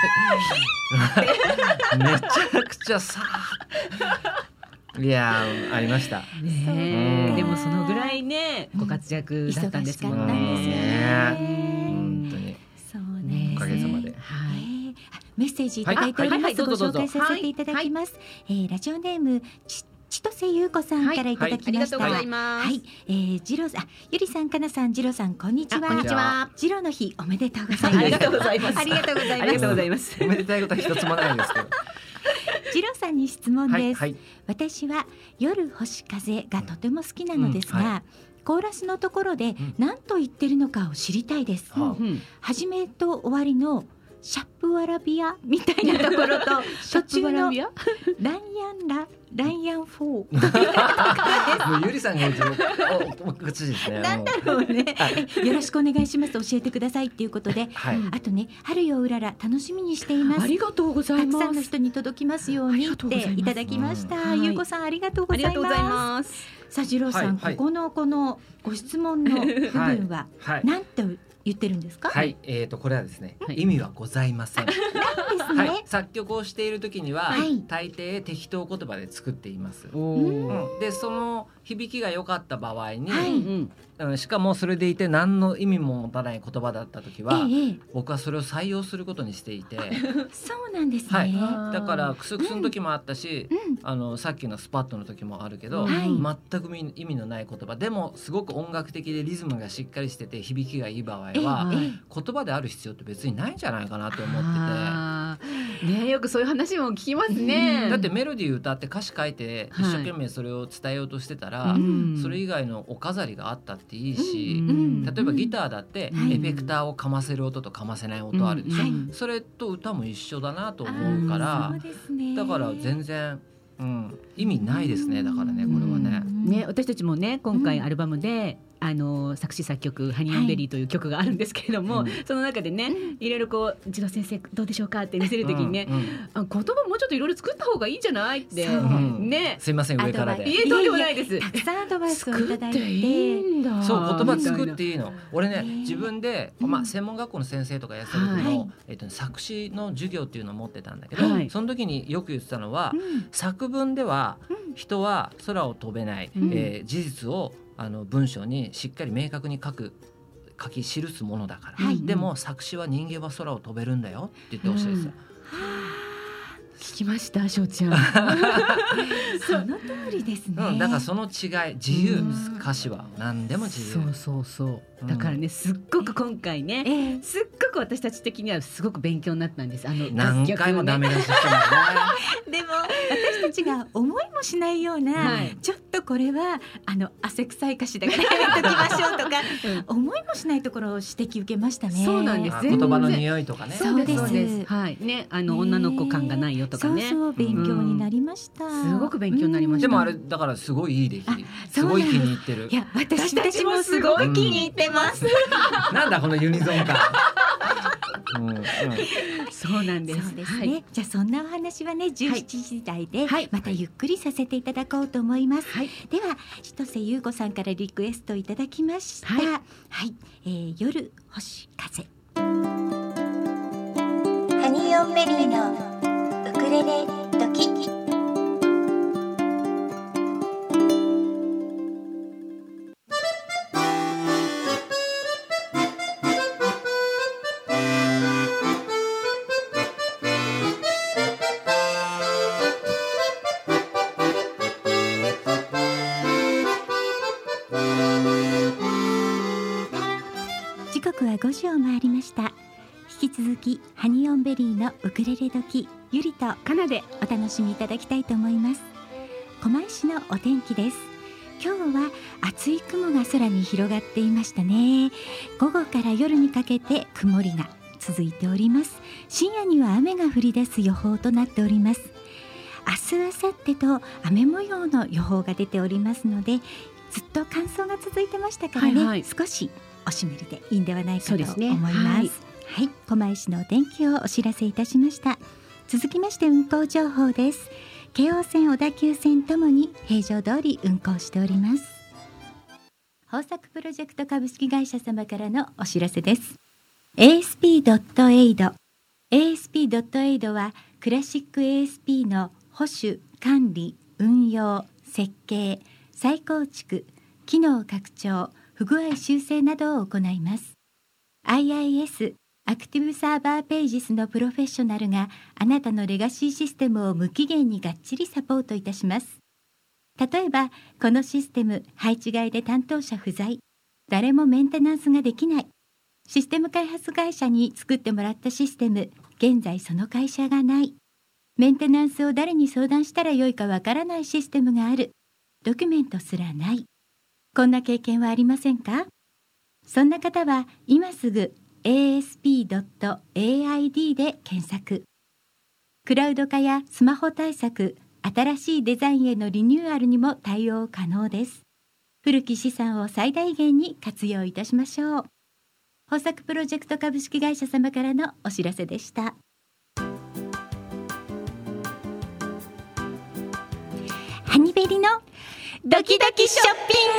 ゃくちゃさいやありました。
でもそのぐらいねご活躍だったんですもんね。
本当におかげさまで。
メッセージいただいております。ご紹介させていただきます。ラジオネーム千歳優子さんからいただきました。ジロさん、ゆりさん、かなさん、ジロさん、こんにちは。ジロの日おめでとうございます。
ありがとうございます。
ありがとうございます。
おめでたいことは一つもないですけど。
ジロさんに質問です。私は夜星風がとても好きなのですが、コーラスのところで何と言ってるのかを知りたいです。始めと終わりのシャップワラビアみたいなところと途中のライアンフォー
ゆりさんがお口ですね。
なんだろうね。よろしくお願いしますと教えてくださいっていうことで、あとね、春ようらら楽しみにしています。
ありがとうございます。
たくさんの人に届きますようにっていただきました。ゆうこさんありがとうございます。さあ次郎さん、ここのご質問の部分は何て言ってるんですか？
これはですね、意味はございません。作曲をしている時には大抵適当言葉で作っています。でその響きが良かった場合に、しかもそれでいて何の意味も持たない言葉だった時は、僕はそれを採用することにしていて
そうなんですね。
だからクスクスの時もあったし、さっきのスパットの時もあるけど、全く意味のない言葉でもすごく音楽的でリズムがしっかりしてて響きがいい場合は、言葉である必要って別にないんじゃないかなと思って
て、よくそういう話も聞きますね。
だってメロディー歌って歌詞書いて一生懸命それを伝えようとしてたら、それ以外のお飾りがあったっていいし、例えばギターだってエフェクターをかませる音とかませない音あるでしょ。それと歌も一緒だなと思うから、だから全然意味ないですね。だからね、これはね、
私たちもね今回アルバムで作詞作曲ハニー&ベリーという曲があるんですけれども、その中でねいろいろこう次郎先生どうでしょうかって見せるときにね、言葉もうちょっといろいろ作った方がいいんじゃないってね、
すいません上からで。
いえ、とんでもないです。
たくさんアドバイスをいただいて、
そう言葉作っていいの。俺ね自分で専門学校の先生とかやってた時も作詞の授業っていうのを持ってたんだけど、その時によく言ってたのは、作文では人は空を飛べない、事実を文章にしっかり明確に書き記すものだから、でも作詞は人間は空を飛べるんだよって言ってほしいですよ。
聞きましたしょうちゃん
その通りですね、
だからその違い、自由、歌詞は何でも自由。
そうだからね、すっごく今回ね、すっごく私たち的にはすごく勉強になったんです。
何回もダメ出ししてます
ねでも私たちが思いもしないような、ちょっとこれは汗臭い歌詞だからやめときましょうとか、思いもしないところを指摘受けまし
そうなんです。
言葉の匂いとかね。
そうです。
はいね、女の子感がないよとかね。
そう勉強になりました。
すごく勉強になりました。
でもあれだからすごいいい出来。すごい気に入ってる。
いや私たちもすごく気に入ってます。
なんだこのユニゾン感。
そうなんです。
そうですね。じゃあそんなお話はね17時台でまたゆっくりさせていただこうと思います。では千歳優子さんからリクエストいただきました。夜星風。ハニーオンベリーのウクレレドキ。時刻は5時を回りました。引き続きハニオンベリーのウクレレ時、ゆりとかなでお楽しみいただきたいと思います。狛江市のお天気です。今日は厚い雲が空に広がっていましたね。午後から夜にかけて曇りが続いております。深夜には雨が降り出す予報となっております。明日、明後日と雨模様の予報が出ておりますので、ずっと乾燥が続いてましたからね、少しおしめりでいいんではないかと思います。狛江市のお天気をお知らせいたしました。続きまして運行情報です。京王線、小田急線ともに平常通り運行しております。豊作プロジェクト株式会社様からのお知らせです。 ASP.AID ASP.AID はクラシック ASP の保守、管理、運用、設計、再構築、機能拡張、不具合修正などを行います。 IISアクティブサーバーページスのプロフェッショナルがあなたのレガシーシステムを無期限にがっちりサポートいたします。例えばこのシステム配置外で担当者不在、誰もメンテナンスができない、システム開発会社に作ってもらったシステム、現在その会社がない、メンテナンスを誰に相談したらよいかわからないシステムがある、ドキュメントすらない、こんな経験はありませんか？そんな方は今すぐasp.aid で検索。クラウド化やスマホ対策、新しいデザインへのリニューアルにも対応可能です。古き資産を最大限に活用いたしましょう。豊作プロジェクト株式会社様からのお知らせでした。ハニベリのドキドキショッ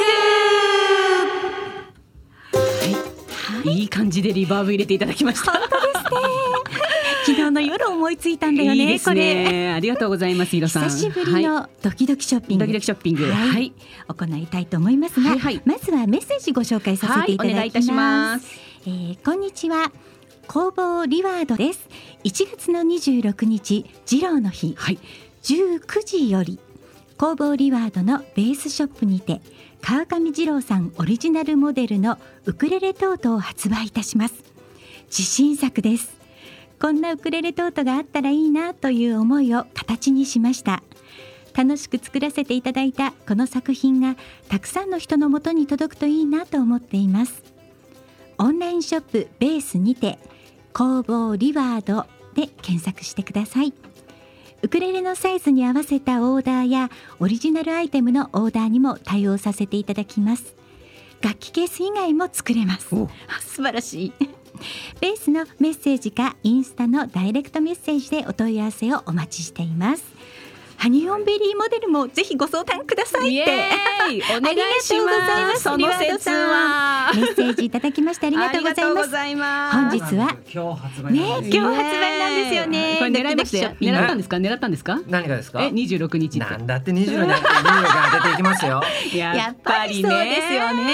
ピング。
いい感じでリバーブ入れていただきました。
本当ですね。昨日の夜思いついたんだよね。
いいですね、これありがとうございます。ヒロさん、
久しぶりのドキドキショッピング、
ドキドキショッピング、
行いたいと思いますが、まずはメッセージご紹介させていただきます。お願いいたします。こんにちは、工房リワードです。1月の26日二郎の日、19時より工房リワードのベースショップにて川上二郎さんオリジナルモデルのウクレレトートを発売いたします。自信作です。こんなウクレレトートがあったらいいなという思いを形にしました。楽しく作らせていただいたこの作品がたくさんの人のもとに届くといいなと思っています。オンラインショップベースにて工房リワードで検索してください。ウクレレのサイズに合わせたオーダーやオリジナルアイテムのオーダーにも対応させていただきます。楽器ケース以外も作れます。素晴らしい。ベースのメッセージかインスタのダイレクトメッセージでお問い合わせをお待ちしています。ハニオンベリーモデルもぜひご相談くださいって。
お願いします。その説は
メッセージいただきましてありがとうございます。本日は
今日発売
なんですよね。
これ狙いましたよ。狙ったんですか？
何がですか
？26日
なんだって26日が出ていきますよ。
やっぱりそうですよね。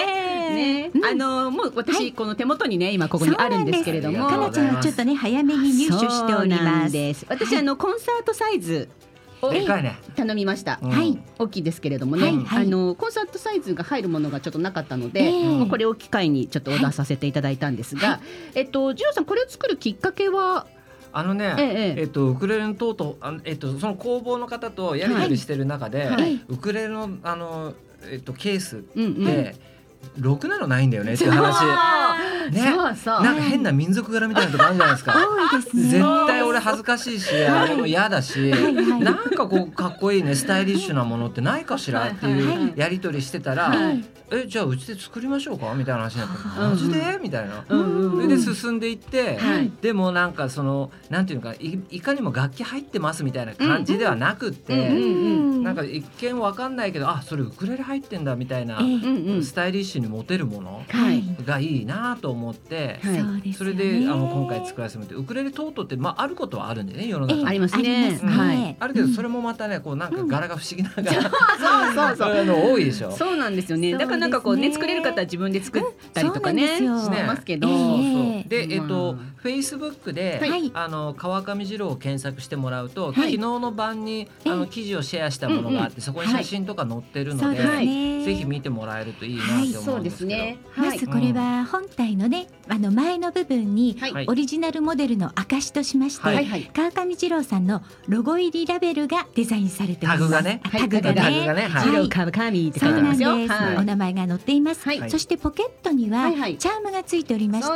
ね、もう私この手元にね今ここにあるんですけれども、
かなちゃんはちょっとね早めに入手しております。
私コンサートサイズ頼みました。大きいですけれどもね、コンサートサイズが入るものがちょっとなかったので、これを機会にちょっとオーダーさせていただいたんですが、ジローさんこれを作るきっかけは？
ウクレレのトート、その工房の方とやり取りしてる中で、ウクレレのケースでろくなのないんだよねっていう話ね、なんか変な民族柄みたいなとこあるじゃないですか。絶対俺恥ずかしいし、あれも嫌だし、なんかこうかっこいいねスタイリッシュなものってないかしらっていうやり取りしてたら、じゃあうちで作りましょうかみたいな話になって、マジでみたいな。それで進んでいって、でもなんかそのなんていうか いかにも楽器入ってますみたいな感じではなくって、なんか一見わかんないけど、あ、それウクレレ入ってんだみたいなスタイリッシュに持てるものがいいなと思って、それで今回作らせてもらって、ウクレレトートってあることはあるんでね、世の中
ありますね。
あるけどそれもまたねこうなんか柄が不思議なそうの多いでしょ。
そうなんですよね。だからなんかこうね作れる方は自分で作ったりとかねしてますけど、
でFacebook で川上二郎を検索してもらうと、昨日の晩に記事をシェアしたものがあって、そこに写真とか載ってるので、ぜひ見てもらえるといいなと思うんですけど。そうですね。
まずこれは本体のね前の部分にオリジナルモデルの証としまして、川上二郎さんのロゴ入りラベルがデザインされております。タグがね、
二郎川上って書いてますよ。
お名前が載っています。そしてポケットにはチャームがついておりまして、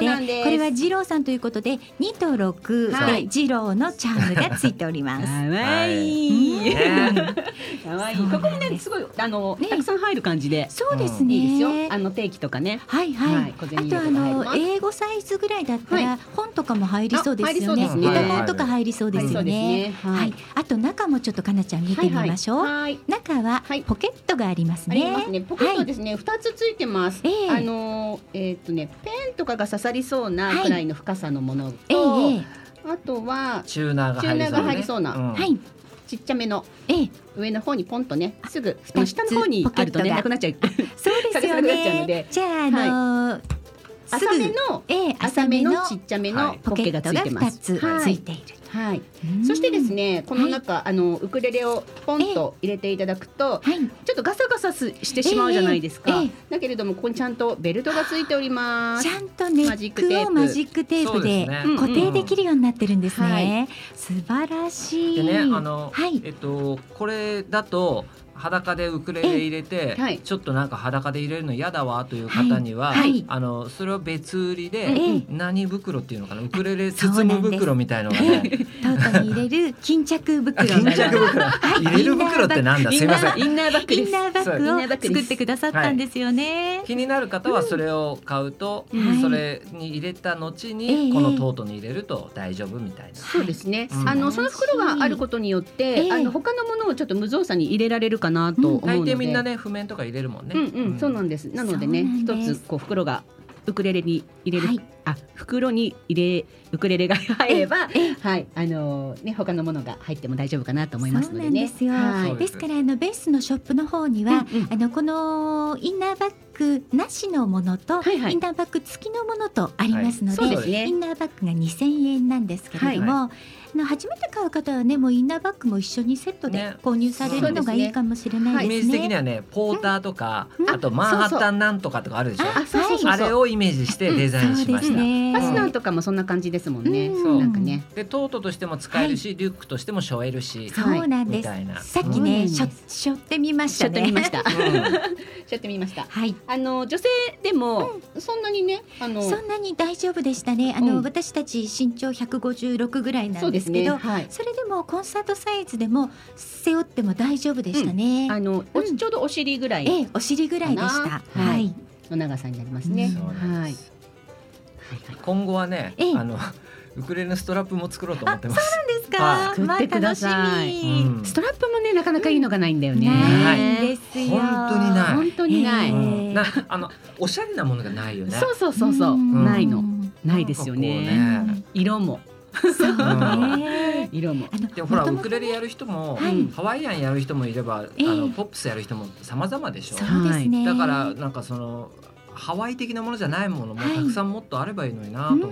これは二郎さんということで2と6で二郎のチャームがついております。
かわいい。かわいい。ここにねすごいたくさん入る感じで、
そうですね。
いいですよ。定期とかね。
あと英語サイズぐらいだったら本とかも入りそうですよね。歌本とか入りそうですよね。あと中もちょっとかなちゃん見てみましょう。中はポケットがありますね。
ポケットですね。2つついてます。ペンとかが刺さりそうなくらいの深さのものと、あとは
チューナーが入りそうな、
ちっちゃめの上の方にポンとね、すぐ下の方にあるとねなくなっちゃう。
そうですよね。じゃあ
浅めのちっちゃめのポケットが2つついている。そしてですね、この中ウクレレをポンと入れていただくと、ちょっとガサガサしてしまうじゃないですか。だけれどもここにちゃんとベルトがついております。
ちゃんとネックをマジックテープで固定できるようになってるんですね。素晴らしい。
でね、これだと裸でウクレレ入れて、ちょっとなんか裸で入れるの嫌だわという方には、それを別売りで何袋っていうのかな、ウクレレ包む袋みたいのがね、
トートに入れる巾着袋、
巾着袋入れる袋ってなんだ、すいません、
インナーバッグです。
インナーバッグを作ってくださったんですよね。
気になる方はそれを買うと、それに入れた後にこのトートに入れると大丈夫みたいな。
そうですね。その袋があることによって他のものをちょっと無造作に入れられるかなと思うので、
大抵みんなね譜面とか入れるもんね。
そうなんです。なのでね、一つこう袋がウクレレに入れる、袋に入れウクレレが入れば、他のものが入っても大丈夫かなと思いますのでね。
そうなんですよ。ですからベースのショップの方には、このインナーバッグなしのものと、インナーバッグ付きのものとありますので、インナーバッグが2000円なんですけれども、初めて買う方はね、もうインナーバッグも一緒にセットで購入されるのがいいかもしれないですね。
イメージ的にはね、ポーターとか、あとマンハッタンなんとかとかあるでしょ。あれをイメージしてデザインしました。
ファスナーとかもそんな感じですもんね。なんかね。で
トートとしても使えるし、リュックとしても背負えるし。
そうなんです。さっきね、背負ってみましたね。
背負ってみました。女性でもそんなにね、
そんなに大丈夫でしたね。私たち身長156ぐらいなんですけど、それでもコンサートサイズでも背負っても大丈夫でしたね。
ちょうどお尻ぐらい、
お尻ぐらいでした。
の長さになりますね。
今後はね、ウクレレのストラップも作ろうと思ってます。
そうなんですか。
作ってください。ストラップもね、なかなかいいのがないんだよね。
ないですよ。
本当にない。
おしゃれなものがないよね。
そうないの。ないですよね。色も。色も。
でもほらウクレレやる人もハワイアンやる人もいれば、ポップスやる人も様々でしょ。
そうですね。
だからなんかそのハワイ的なものじゃないものもたくさんもっとあればいいのになと思って、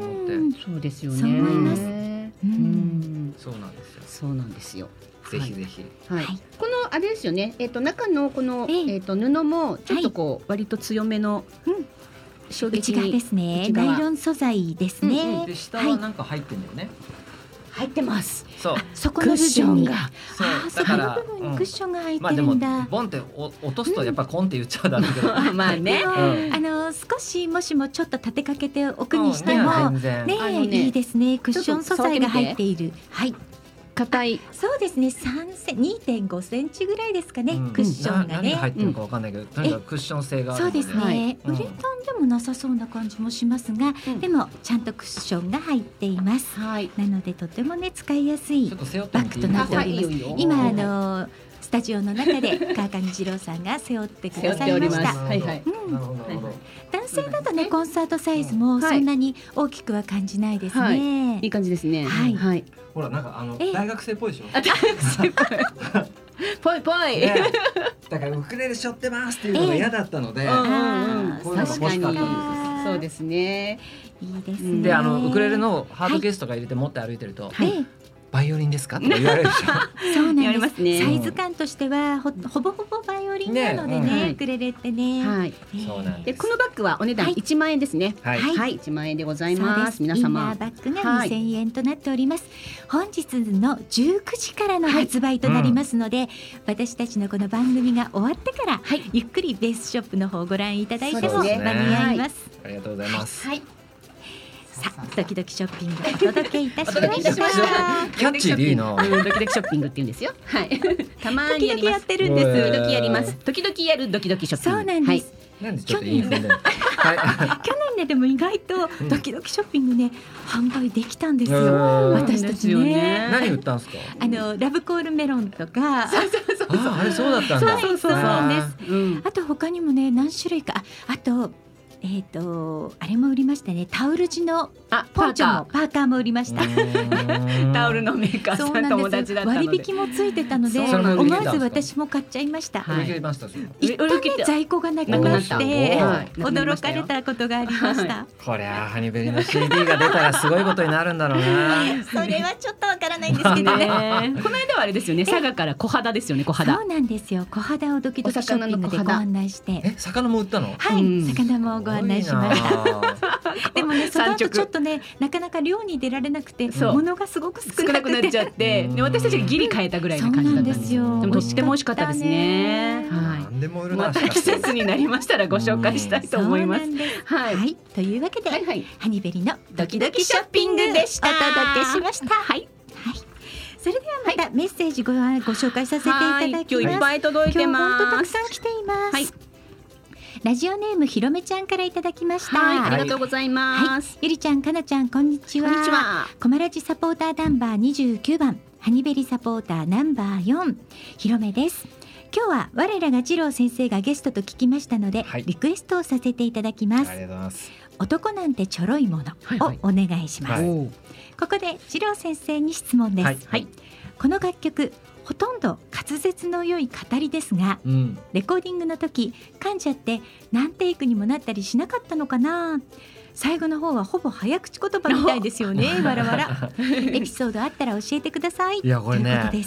そうですよね。
そう思います。
そうなんですよ。
そうなんですよ。
ぜひぜひ。
はい。このあれですよね。中のこの布もちょっとこう割と強めの衝撃
内側ですね。ナイロン素材ですね。
で下はなんか入ってんだよね。
入ってます。
そう。
そこの部分に。
だから
そこの部分にクッションが入って
まあでも
るんだ。
ボンって落とすとやっぱコンって言っちゃうだろうけど。
まあね。
少しもしもちょっと立てかけておくにしてもねいいですね。クッション素材が入っている。はい。
硬い。
そうですね。2.5 センチぐらいですかね。クッションがね。
何が入ってるかわかんないけど、とにかくクッション性があるので。
そうですね。ウレタンでもなさそうな感じもしますが、でもちゃんとクッションが入っています。なのでとてもね使いやすいバッグとなっております。今スタジオの中で川上二郎さんが背負ってくださいました。男性だとねコンサートサイズもそんなに大きくは感じないですね。
いい感じですね。
はい。
ほらなんか大学生っぽいでしょ。
大学生っぽい。ぽい。
だからウクレレ背負ってますっていうのが嫌だったので、こういうのが欲しかったんです。
そうですね。
いいですね。
でウクレレのハードケースとか入れて持って歩いてると。バイオリンですかって言われるでしょ。
そうなんですね。サイズ感としてはほぼほぼバイオリンなのでね、ウクレレってね。
そうなんです。
でこのバッグはお値段1万円ですね。はい、1万円でございます。皆様。
インナーバッグが2000円となっております。本日の19時からの発売となりますので、私たちのこの番組が終わってからゆっくりベースショップの方をご覧いただいても間に合います。
ありがとうございます。
さあドキドキショッピングお届けいたしました。
キャッチーでいいな。
ドキドキショッピングって言うんですよ。はい。たまにやります。
時々やってるんです。
時々やります。時々やるドキドキショッピング。
そうなんです。
なんでちょっといい風で。去
年ねでも意外とドキドキショッピングね販売できたんですよ。私たちね。
何売ったんですか。
ラブコールメロンとか。
あれそうだったんだ。
そうです。あと他にもね何種類かあと。あれも売りましたね。タオル地のポンチョもパーカーも売りました。
タオルのメーカーさん友達だったので
割引もついてたので思わず私も買っちゃいました。一旦ね在庫がなくなって驚かれたことがありました。
こりゃハニベリの CD が出たらすごいことになるんだろうな。
それはちょっとわからないんですけどね。
この間はあれですよね。佐賀から小肌ですよね。小肌。
そうなんですよ。小肌をドキドキショッピングでご案内して。
魚も売ったの？
はい、魚もご案内しました。でもねその後ちょっとねなかなか漁に出られなくて物がすごく少なく
なっちゃって私たちがギリ買えたぐらいな感じだったんですよ。でもとっても美味しかったですね。また季節になりましたらご紹介したいと思います。
はい、というわけでハニベリのドキドキショッピングでした。お届けしました。はい。それではまたメッセージご紹介させていただきます。
今日いっぱい届いてます。
今日本当たくさん来ています。ラジオネームひろめちゃんからいただきました。
ありがとうございます。
ゆりちゃん、かなちゃん、こんにちは。コマラジサポーターナンバー29番、ハニベリサポーターナンバー4、ひろめです。今日は我らが次郎先生がゲストと聞きましたので、リクエストをさせていただきます。
ありがとうございます。
男なんてちょろいものをお願いします。ここで次郎先生に質問です。この楽曲ほとんど滑舌の良い語りですが、レコーディングの時噛んじゃって何テイクにもなったりしなかったのかな。最後の方はほぼ早口言葉みたいですよね。わらわら。エピソードあったら教えてください。
いやこれね、
ということです。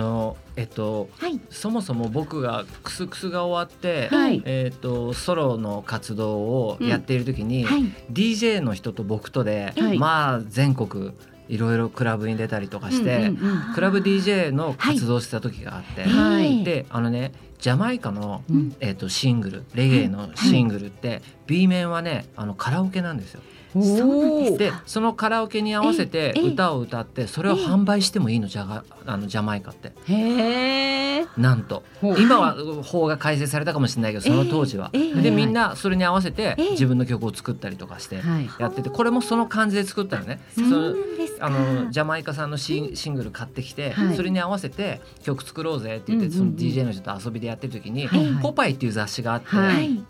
そもそも僕がクスクスが終わって、ソロの活動をやっている時に、DJ の人と僕とで、まあ全国いろいろクラブに出たりとかして、クラブ DJ の活動してた時があって、でジャマイカの、シングルレゲエのシングルって、B 面はねカラオケなんですよ。でそのカラオケに合わせて歌を歌ってそれを販売してもいいのジャマイカって。なんと今は法が改正されたかもしれないけどその当時は、でみんなそれに合わせて自分の曲を作ったりとかしてやってて、これもその感じで作ったのね。ジャマイカさんのシングル買ってきて、それに合わせて曲作ろうぜって言って、その DJ の人と遊びでやってる時に「ポパイ」っていう雑誌があって、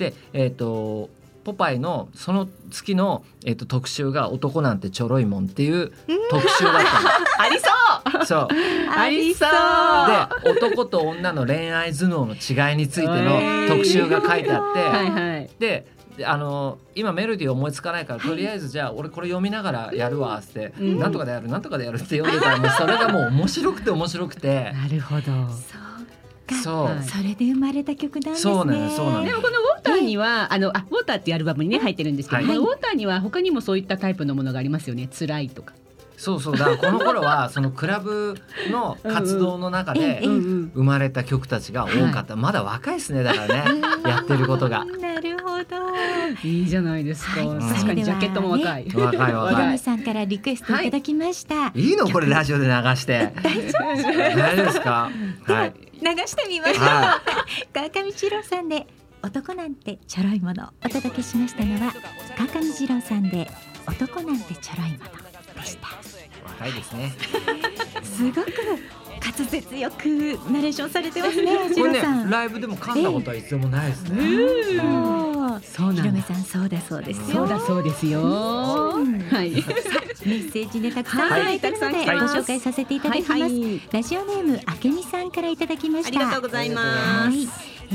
でポパイのその月の、特集が男なんてちょろいもんっていう特集だったの。
ありそう
そう
ありそう
で男と女の恋愛頭脳の違いについての特集が書いてあって、で今メロディー思いつかないから、とりあえずじゃあ俺これ読みながらやるわって、なんとかでやるなんとかでやるって読んでたら、もうそれがもう面白くて面白くて
なるほど、
それで生まれた曲なんですね。
そうなんです。でもこの
ウォーターには、ウォーターっていうアルバムにね入ってるんですけど、ウォーターには他にもそういったタイプのものがありますよね。辛いとか。
そうだからこの頃はそのクラブの活動の中で生まれた曲たちが多かった。まだ若いですね、だからねやってることが。
なるほど、
いいじゃないですか。確かにジャケットも若い。
若い。
ひろみさんからリクエストいただきました。
いいのこれラジオで流して大丈夫ですか。はい、
流してみましょう。川上二郎さんで男なんてちょろいもの。お届けしましたのは川上二郎さんで男なんてちょろいものでした。
若いですね。
すごく滑舌よくナレーションされてますね。
これね、ライブでも噛んだことは一度もないですね。
そうなんだ。ひろめさん、そうだそうですよ。
そうだそうですよ。はい。
メッセージでたくさんいただいているのでご紹介させていただきます。ラジオネームあけみさんからいただきました。
ありがとうございます。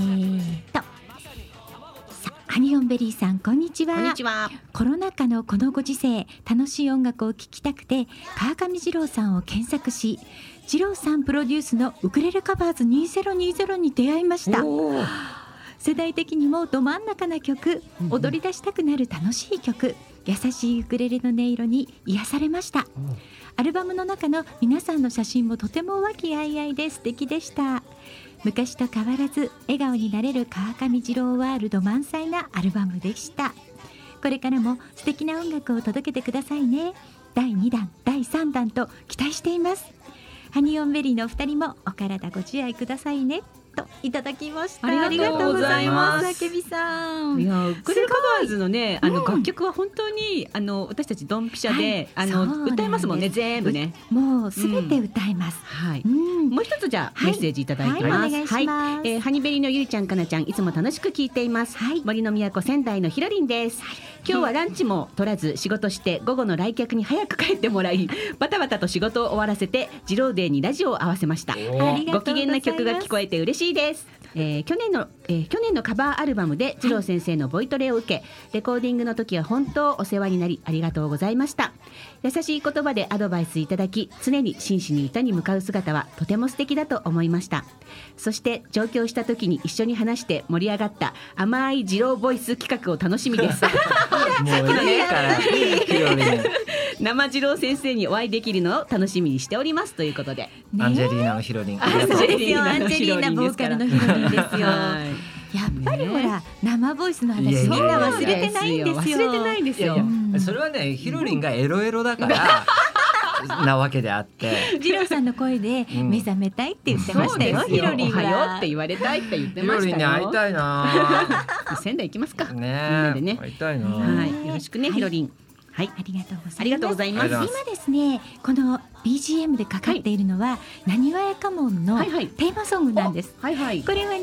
ハニオンベリーさん、こんにちは。
こんにちは。
コロナ禍のこのご時世、楽しい音楽を聴きたくて川上二郎さんを検索し、二郎さんプロデュースのウクレレカバーズ2020に出会いました。世代的にもど真ん中な曲、踊り出したくなる楽しい曲、優しいウクレレの音色に癒されました。アルバムの中の皆さんの写真もとても和気あいあいで素敵でした。昔と変わらず笑顔になれる川上二郎ワールド満載なアルバムでした。これからも素敵な音楽を届けてくださいね。第2弾第3弾と期待しています。ハニオンベリーのお二人もお体ご自愛くださいねといただきました。
ありがとうございます。
あけみさん。
いや、ウクレレカバーズのね、楽曲は本当に私たちドンピシャで、歌いますもんね、全部ね。
もうすべて歌います。
はい。もう一つじゃあメッセージいただいてます。
はい。
ハニベリのゆりちゃん、かなちゃん、いつも楽しく聞いています。森の都仙台のひろりんです。今日はランチも取らず仕事して、午後の来客に早く帰ってもらい、バタバタと仕事を終わらせて二郎デーにラジオを合わせました。ご機嫌な曲が聞こえて嬉しいです。去年のカバーアルバムで二郎先生のボイトレを受け、レコーディングの時は本当お世話になりありがとうございました。優しい言葉でアドバイスいただき、常に真摯に歌に向かう姿はとても素敵だと思いました。そして上京した時に一緒に話して盛り上がった甘い二郎ボイス企画を楽しみです。
もういいから
生二郎先生にお会いできるのを楽しみにしておりますということで、
アンジェリーナのひろりん、
アンジェリーナボーカルのひろりんですよ。やっぱりほら、生ボイスの話みんな忘れてないんですよ。
忘れてないんですよ。
それはね、ひろりんがエロエロだからなわけであって、
二郎さんの声で目覚めたいって言ってましたよ。ひろりん
おはようって言われたいって言ってましたよ。
ひろりんに会いたいな。
仙台行きますか。
ね、みんなでね。会いたいな。
はい、よろしくね、ひろりん。はい、
ありがとうございます。
今
ですね、この BGM でかかっているのは、なにわやかもんのテーマソングなんです。これは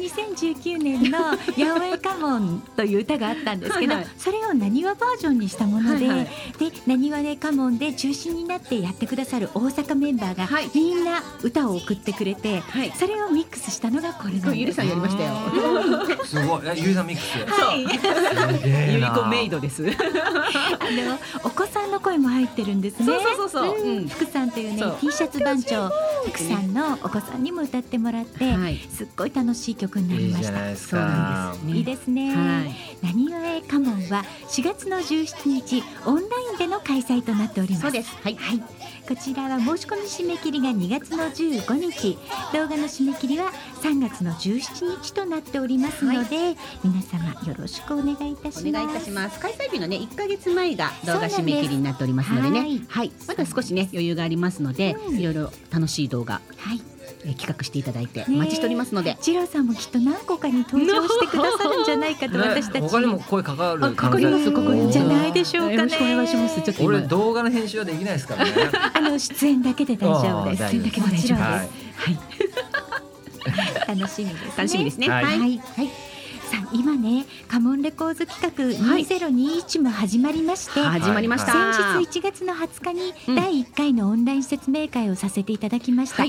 2019年の八百屋かもんという歌があったんですけど、それをなにわバージョンにしたもので、なにわやかもんで中心になってやってくださる大阪メンバーがみんな歌を送ってくれて、それをミックスしたのがこれなんです。
ゆりさんやりましたよ。
すごい、ゆりさんミックス。
はい。ゆりこメイドです。
お子さんの声も入ってるんですね。
そう。
福さんというね、T シャツ番長福さんのお子さんにも歌ってもらって、すっごい楽しい曲になりました。
そうなんですね。
いいですね。なにわやかもんは4月の17日オンラインでの開催となっております。
そうです。はい。
こちらは申し込み締め切りが2月の15日、動画の締め切りは3月の17日となっておりますので、皆様よろしくお願いいたします。
お願いいたします。開催日のね1ヶ月前が動画締め切りになっておりますのでね、まだ少しね余裕がありますので、いろいろ楽しい動画、企画していただいてお待ちしておりますので、
二郎さんもきっと何個かに登場してくださるんじゃないかと私たち、
他にも声かかる
かかります。ここに
じゃないでしょうかね。よ
ろしくお願いします。ちょっと
俺動画の編集はできないですからね。
出演だけで大丈夫です。
出演だけで大丈夫です。はい。
楽しみですね。
楽しみですね。はい。
さあ今ね、カモンレコーズ企画2021も始まりまして、先日1月の20日に第1回のオンライン説明会をさせていただきました。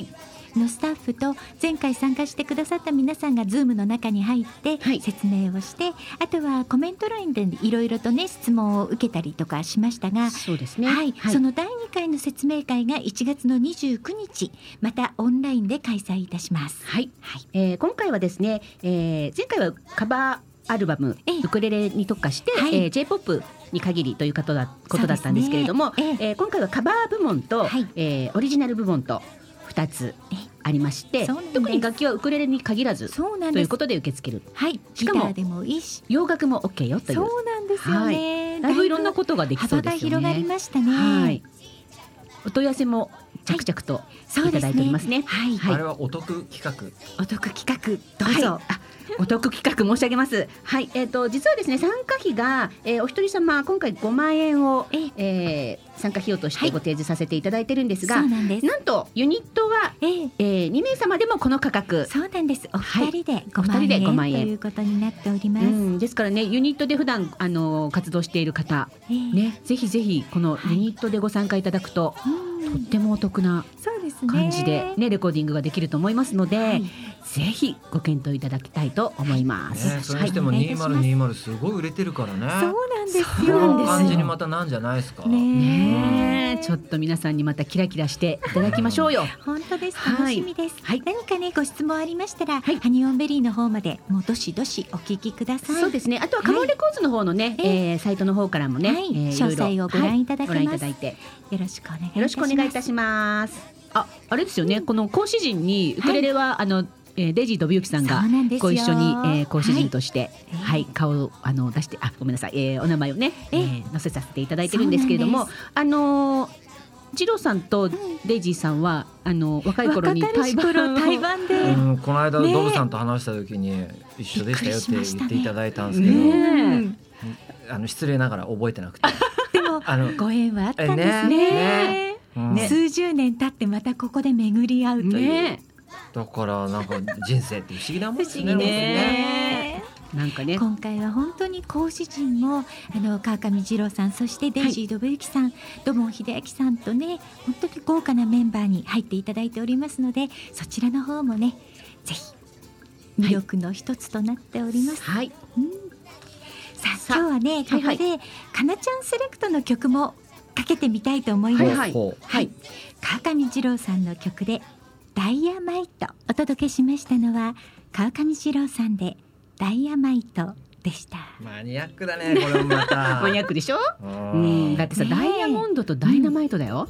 のスタッフと前回参加してくださった皆さんが Zoom の中に入って説明をして、あとはコメント欄でいろいろとね質問を受けたりとかしましたが、
そうですね、
その第2回の説明会が1月の29日またオンラインで開催いたします。
今回はですね、前回はカバーアルバムウクレレに特化して、J-POP に限りということだったんですけれども、今回はカバー部門と、オリジナル部門と2つありまして、特に楽器はウクレレに限らずということで受け付ける。しかも洋楽も OK よという。
そうなんですよね。
だいぶいろんなことができそうですよね。
幅が広がりましたね。
お問い合わせも着々といただいておりますね。
あれはお得企画。
お得企画どうぞ。
お得企画申し上げます。実はですね、参加費が、お一人様今回5万円を、参加費用としてご提示させていただいてるんですが、なんとユニットは、2名様でもこの価格。
そうなんです。お二人で5万円ということになっております。
ですからね、ユニットで普段活動している方、ぜひぜひこのユニットでご参加いただくと、とってもお得な感じで、レコーディングができると思いますので、ぜひご検討いただきたいと思います。
それにしても2020すごい売れてるからね。
そうなんですよ。
この感じにまたなんじゃないですか。
ちょっと皆さんにまたキラキラしていただきましょうよ。
本当です。楽しみです。何かねご質問ありましたら、ハニオンベリーの方までもうどしどしお聞きください。
そうですね。あとはカモンレコーズの方のね、サイトの方からもね、
詳細をご覧いただけます。
よ
ろしくお願いいたします。
よろしくお願いいたします。あれですよね。この講師陣にウクレレはデイジー・ドビユキさんがご一緒に講師陣として顔を出して、ごめんなさい、お名前をね載せさせていただいてるんですけれども、ジローさんとデイジーさんは若い頃に対バンで、
この間ドブさんと話した時に一緒でしたよって言っていただいたんですけど、失礼ながら覚えてなくて。
でもご縁はあったんですね。数十年経ってまたここで巡り合うという。
だからなんか人生って不思議なもんですね。
なんかね、
今回は本当に講師陣も川上二郎さん、そしてデイジー・ドブユキさん、土門秀明さんとね、本当に豪華なメンバーに入っていただいておりますので、そちらの方もねぜひ魅力の一つとなっております。さあ今日はね、ここでかなちゃんセレクトの曲もかけてみたいと思います。川上二郎さんの曲でダイヤマイトお届けしましたのは川上二郎さんでダイヤマイトでした。
マニアックだね、これもまた。
マニアックでしょ。だってさ、ダイヤモンドとダイナマイトだよ。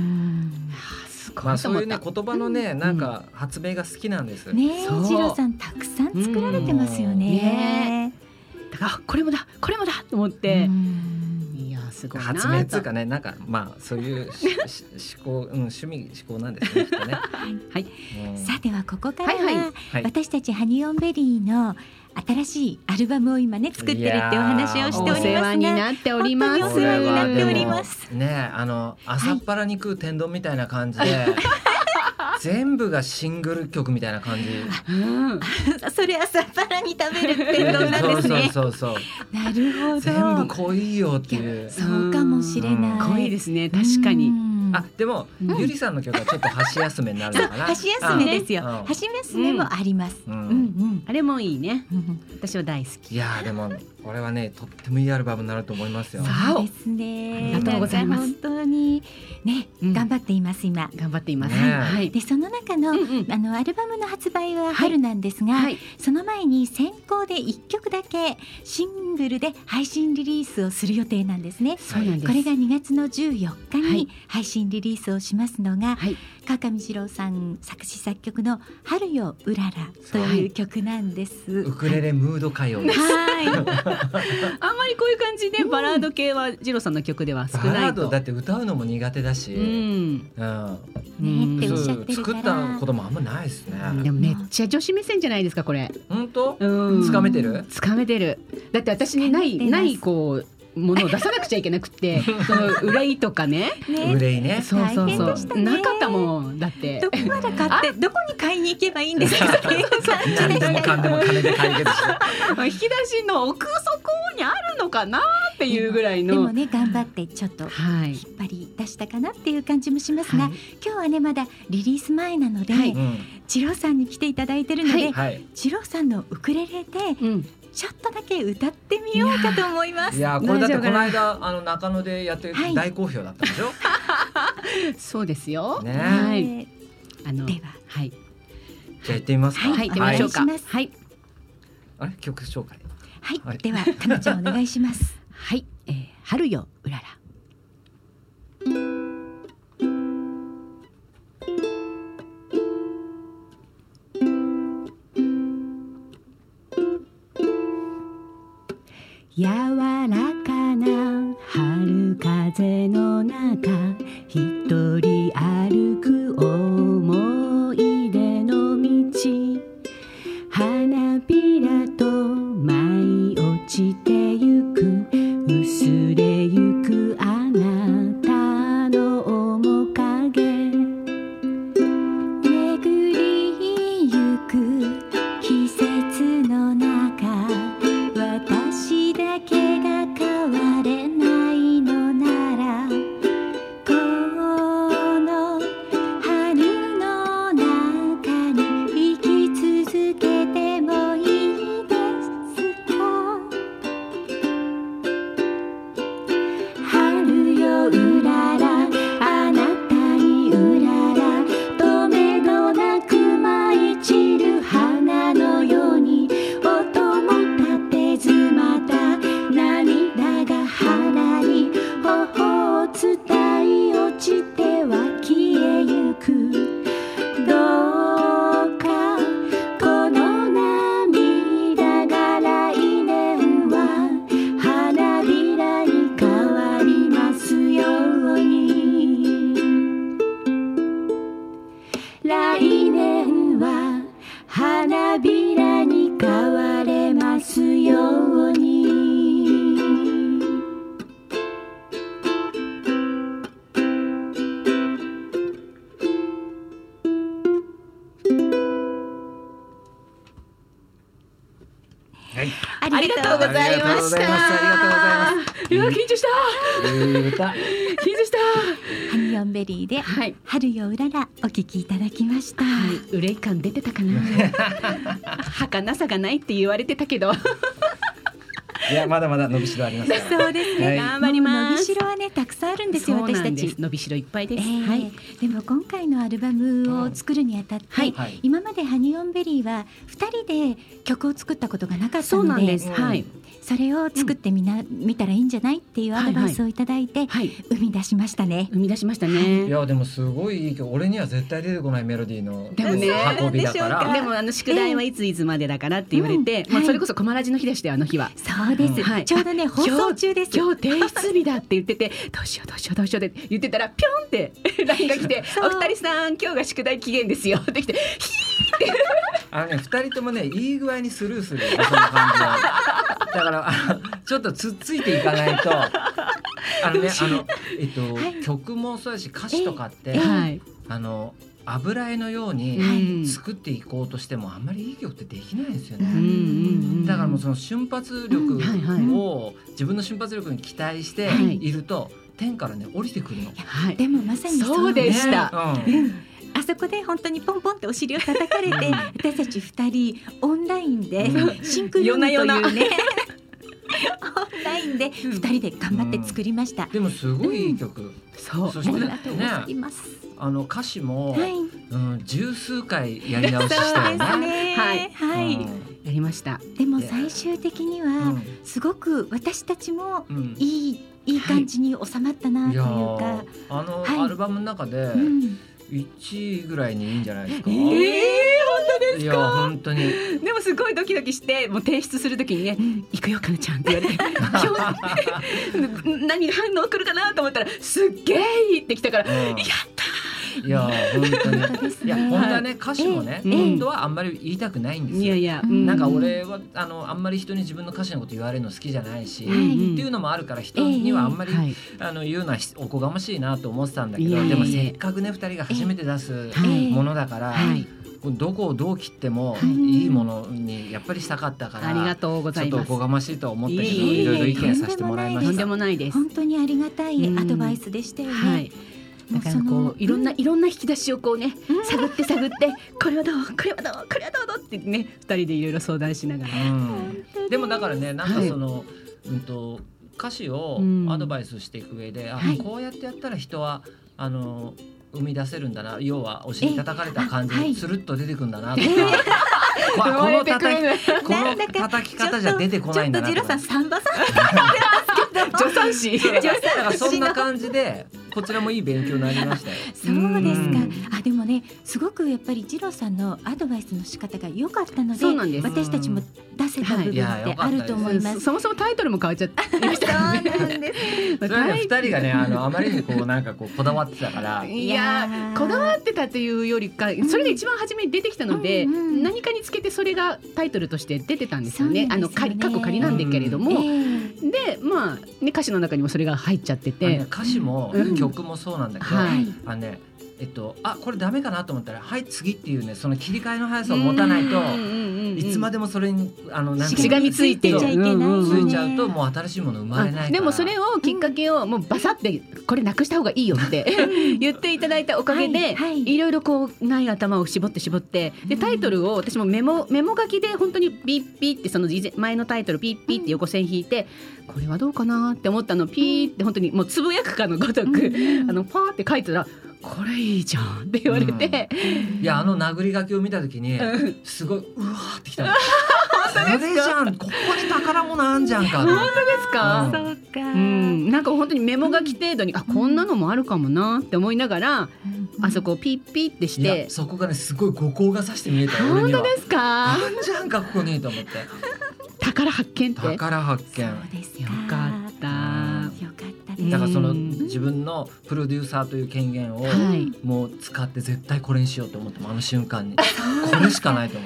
そういうね言葉のね、なんか発明が好きなんです
ね。二郎さんたくさん作られてますよね。
だからこれもだと思って。
発明っていうかね、なんかそういう思考、趣味思考なんですね、きっとね。
さてはここからは私たちハニオンベリーの新しいアルバムを今ね作ってるってお話をしておりますが、
お世話になっております。
本当にお世話になっております
ね。朝っぱらに食う天丼みたいな感じで、全部がシングル曲みたいな感じ。
それ朝っぱらに食べる天丼なんですね。
そう
なるほど。
全部濃いよっていう。
そうかもしれない。
濃いですね、確かに。
でもゆりさんの曲はちょっと箸休めになるのかな。
箸休めですよ。箸休めもあります。
あれもいいね。私は大好き。
いやでもこれはね、とってもいいアルバムになると思いますよ。
そうですね。
ありがとうございます。
本当にね、頑張っています今。
頑張っています。
でその中のアルバムの発売は春なんですが、その前に先行で1曲だけシングルで配信リリースをする予定なんですね。
そうなんです。
これが2月の14日に配信リリースをしますのが、川上二郎さん作詞作曲の春ようららという曲なんです。
ウクレレムード歌謡です。
あんまりこういう感じでバラード系は二郎さんの曲では少ないと。
バラードだって歌うのも苦手だし、
っておっしゃってるから
作ったこともあんまないですね。
でもめっちゃ女子目線じゃないですかこれ。
本当？つかめてる？
つかめてる。だって私にないこうものを出さなくちゃいけなくてその憂いとかね
憂いね、
そうなかったもん。だって
どこまで買ってどこに買いに行けばいいんですか。
何でもかんでも金で解決して
引き出しの奥底にあるのかなってっていうぐらいの、
でもね頑張ってちょっと引っ張り出したかなっていう感じもしますが、今日はねまだリリース前なので、次郎さんに来ていただいてるので、次郎さんのウクレレで、ちょっとだけ歌ってみようかと思います。
いやこれだってこの間中野でやって大好評だったでしょ。
そうですよ。
ね。
では、
じゃあ行ってみますか。
はい、行ってみましょうか。はい。
あれ曲紹介。
はい、ではかなちゃんお願いします。
はい、春ようらら。柔らかな春風の中、一人歩く思い出の道、花びらと舞い落ちてゆく、薄れゆくあなたの面影、
巡りゆく季節の中、私だけが変われないのなら、この春の中に生き続けてもいいですか。春ようらら、あなたにうらら、止めどなく舞い散る花のように、音も立てずまた涙が鼻に頬を伝い落ちては消えゆく。どうかこの涙が来年は花びらに変わりますように。来年は花びらに変われますように。ありがとうございました。いや緊張した。緊張した。ハニオンベリーで、春ようららお聞きいただきました。憂い感出てたかな。儚さがないって言われてたけど。
いやまだまだ伸びしろありますから。
そうですね。頑張ります。伸びしろはねたくさんあるんですよ、私たち。
伸びしろいっぱいです。
でも今回のアルバムを作るにあたって、今までハニオンベリーは2人で曲を作ったことがなかったので、それを作って見たらいいんじゃないっていうアドバイスをいただいて生み出しましたね。
いやでもすごいいい曲。俺には絶対出てこないメロディーの運びだから。
でも宿題はいついつまでだからって言われて、それこそコマラジの日でしたよ、あの日は。
そうです。ちょうどね放送中です。
今日提出日だって言ってて、どうしようって言ってたらピョンって LINE が来て、お二人さん今日が宿題期限ですよって来て、ヒーって
2人ともねいい具合にスルーするよ、そんな感じは。だからちょっとつっついていかないと曲もそうだし歌詞とかって、油絵のように作っていこうとしてもあんまりいい曲ってできないんですよね。だからもうその瞬発力を自分の瞬発力に期待していると天からね降りてくるの。
でもまさに
そうでした。
あそこで本当にポンポンってお尻を叩かれて、私たち2人オンラインでシンクルームというねオンラインで2人で頑張って作りました。
でもすごいいい曲。
そしてね
歌詞も十数回やり直ししたよね。
やりました。
でも最終的にはすごく私たちもいい感じに収まったなというか、
アルバムの中で1位ぐらいにいいんじゃないですか。
本当ですか。
いや本当に。
でもすごいドキドキして、もう提出するときにね、行くよかなちゃんって言われて今日何反応来るかなと思ったらすっげえいいってきたから、やった
いや本当にいや本当はね歌詞もね本当はあんまり言いたくないんですよ。なんか俺はあんまり人に自分の歌詞のこと言われるの好きじゃないし、っていうのもあるから人にはあんまり言うのはおこがましいなと思ってたんだけど、でもせっかくね2人が初めて出すものだからどこをどう切ってもいいものにやっぱりしたかったから、
ありがとうございます。
ちょっとおこがましいと思ったけど、いろいろ意見させてもらいました。
とんでもないです。
本当にありがたいアドバイスでしたよね。はい、
だからこういろんな引き出しをこうね、探ってこれはどうこれはどうこれはどうってね、2人でいろいろ相談しながら、
でもだからね、なんかその、歌詞をアドバイスしていく上で、こうやってやったら人は生み出せるんだな、要はお尻叩かれた感じにスルッと出てくんだなとか、この叩き方じゃ出てこないんだなとか、
ちょっとジロさんサンバさん
助産師
だからそんな感じでこちらもいい勉強になりましたよ。
そうですか。でもね、すごくやっぱり二郎さんのアドバイスの仕方が良かったので、私たちも出せた部分ってあると思います。
そもそもタイトルも変わっちゃってました
からね。そうなんです。
それは2人がね、あまりになんかこだわってたから、
いやこだわってたというよりか、それが一番初めに出てきたので、何かにつけてそれがタイトルとして出てたんですよね。過去仮なんだけれども、でまあね、歌詞の中にもそれが入っちゃってて、
歌詞も曲もそうなんだけど、これダメかなと思ったら、はい次っていうね、その切り替えの速さを持たないといつまでもそれに
しがみついて
ついちゃうと、もう新しいもの生まれないから。
でもそれをきっかけをもうバサってこれなくした方がいいよって言っていただいたおかげで、いろいろこうない頭を絞ってで、タイトルを私もメモ書きで本当にピッピッってその前のタイトルピッピッって横線引いて、これはどうかなって思ったのピーって本当にもうつぶやくかのごとくパーって書いたら、これいいじゃんって言われて、
いや殴り書きを見た時にすごいうわーってきたの。これじゃん、ここに宝物あんじゃんか。
本当ですか。
そうか。
なんか本当にメモ書き程度に、こんなのもあるかもなって思いながら、あそこをピッピッってして、
そこがねすごい五光がさして見えた。
本当ですか。
あんじゃんかここにと思って。
宝発見って。
宝発見。
そうですか。
よかった。
だからその自分のプロデューサーという権限をもう使って絶対これにしようと思っても、あの瞬間にこれしかないと思って。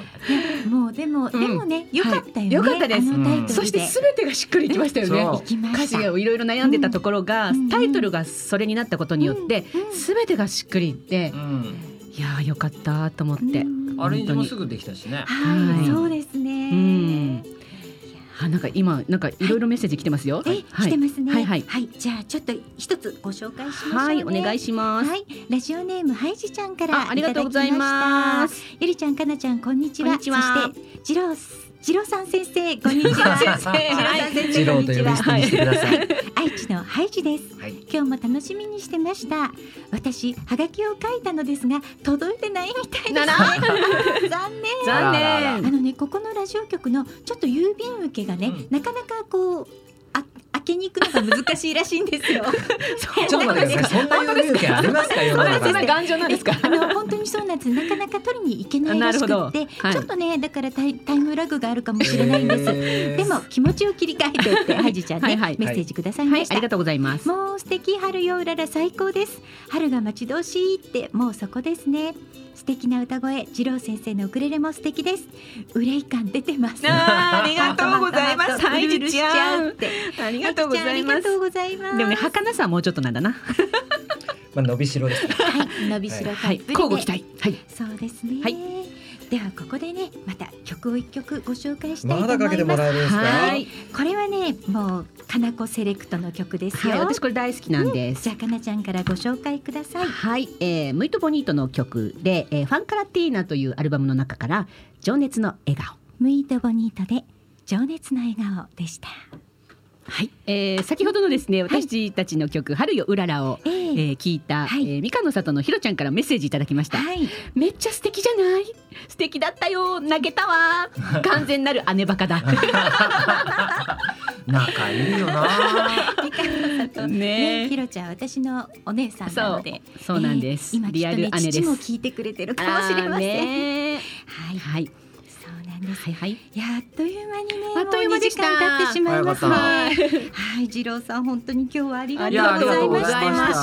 もうでもね、よかったよね。
よかったです。そして全てがしっくりいきましたよね。歌詞がいろいろ悩んでたところが、タイトルがそれになったことによって全てがしっくりいって、いやよかったと思って。
アレンジもすぐできたしね。
はい、そうですね。
なんか今いろいろメッセージ来てますよ。
来てますね。はい、じゃあちょっと一つご紹介しましょうね。
はい、お願いします。
はい、ラジオネームハイジちゃんから
ありがとうございます。
ゆりちゃん、かなちゃん、こんにちは。そして次郎さん先生、こんにちは。
次郎と呼び捨てにしてください。
愛知のハイジです。今日も楽しみにしてました。私はがきを書いたのですが届いてないみたいです。残念。ここのラジオ局のちょっと郵便受けがね、なかなか開けに行くのが難しいらしいんですよ。
ちょっと待ってください。そんな郵便受けありますか、世の中で。
頑丈なんですか。
本当にそうなんです。なかなか取りに行けないらしくって、ちょっとね、だからタイムラグがあるかもしれないんです。でも気持ちを切り替えてってハイジちゃんね、メッセージくださいました。
ありがとうございます。
もう素敵、春ようらら最高です。春が待ち遠しいってもうそこですね。素敵な歌声、次郎先生のウクレレも素敵です。憂い感出てます。
ありがとうございます。ハイジちゃん。ありがとうございます。でもね、儚さはもうちょっとなんだな。
伸びしろですね。
伸びしろたっぷりで。
交互期待。
そうですね。ではここでね、また曲を一曲ご紹介したいと思います。
まだかけてもらえるんですか。
これはね、もうかなこセレクトの曲ですよ。
私これ大好きなんです。
じゃあかなちゃんからご紹介ください。
はい、ムイトボニートの曲で、ファンカラティーナというアルバムの中から情熱の笑顔。
ムイトボニートで情熱の笑顔でした。
はい、先ほどのですね、私たちの曲、春ようららを、聞いた、みかんの里のひろちゃんからメッセージいただきました。めっちゃ素敵じゃない？素敵だったよ、泣けたわ。完全なる姉バカだ。
仲いいよな。
みかんの里ね、ひろちゃん私のお姉さんなので、
そうなんです。
今
リアル姉です。
父も聞いてくれてるかもしれません。
はい。
いや、あっという間にね、あっという間でした。時間経ってしまいますね。はい、次郎さん本当に今日はありがとうございました。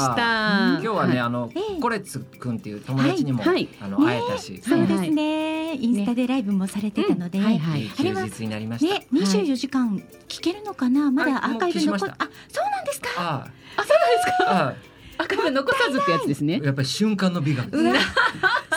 今日はね、コレツくんっていう友達にも会えたし、
そうですね。インスタでライブもされてたので、あれは
休日になりました。
24時間聞けるのかな。まだアーカイブ残っ、そうなんですか。
そうなんですか。アーカイブ残さずってやつですね。
やっぱり瞬間の美学。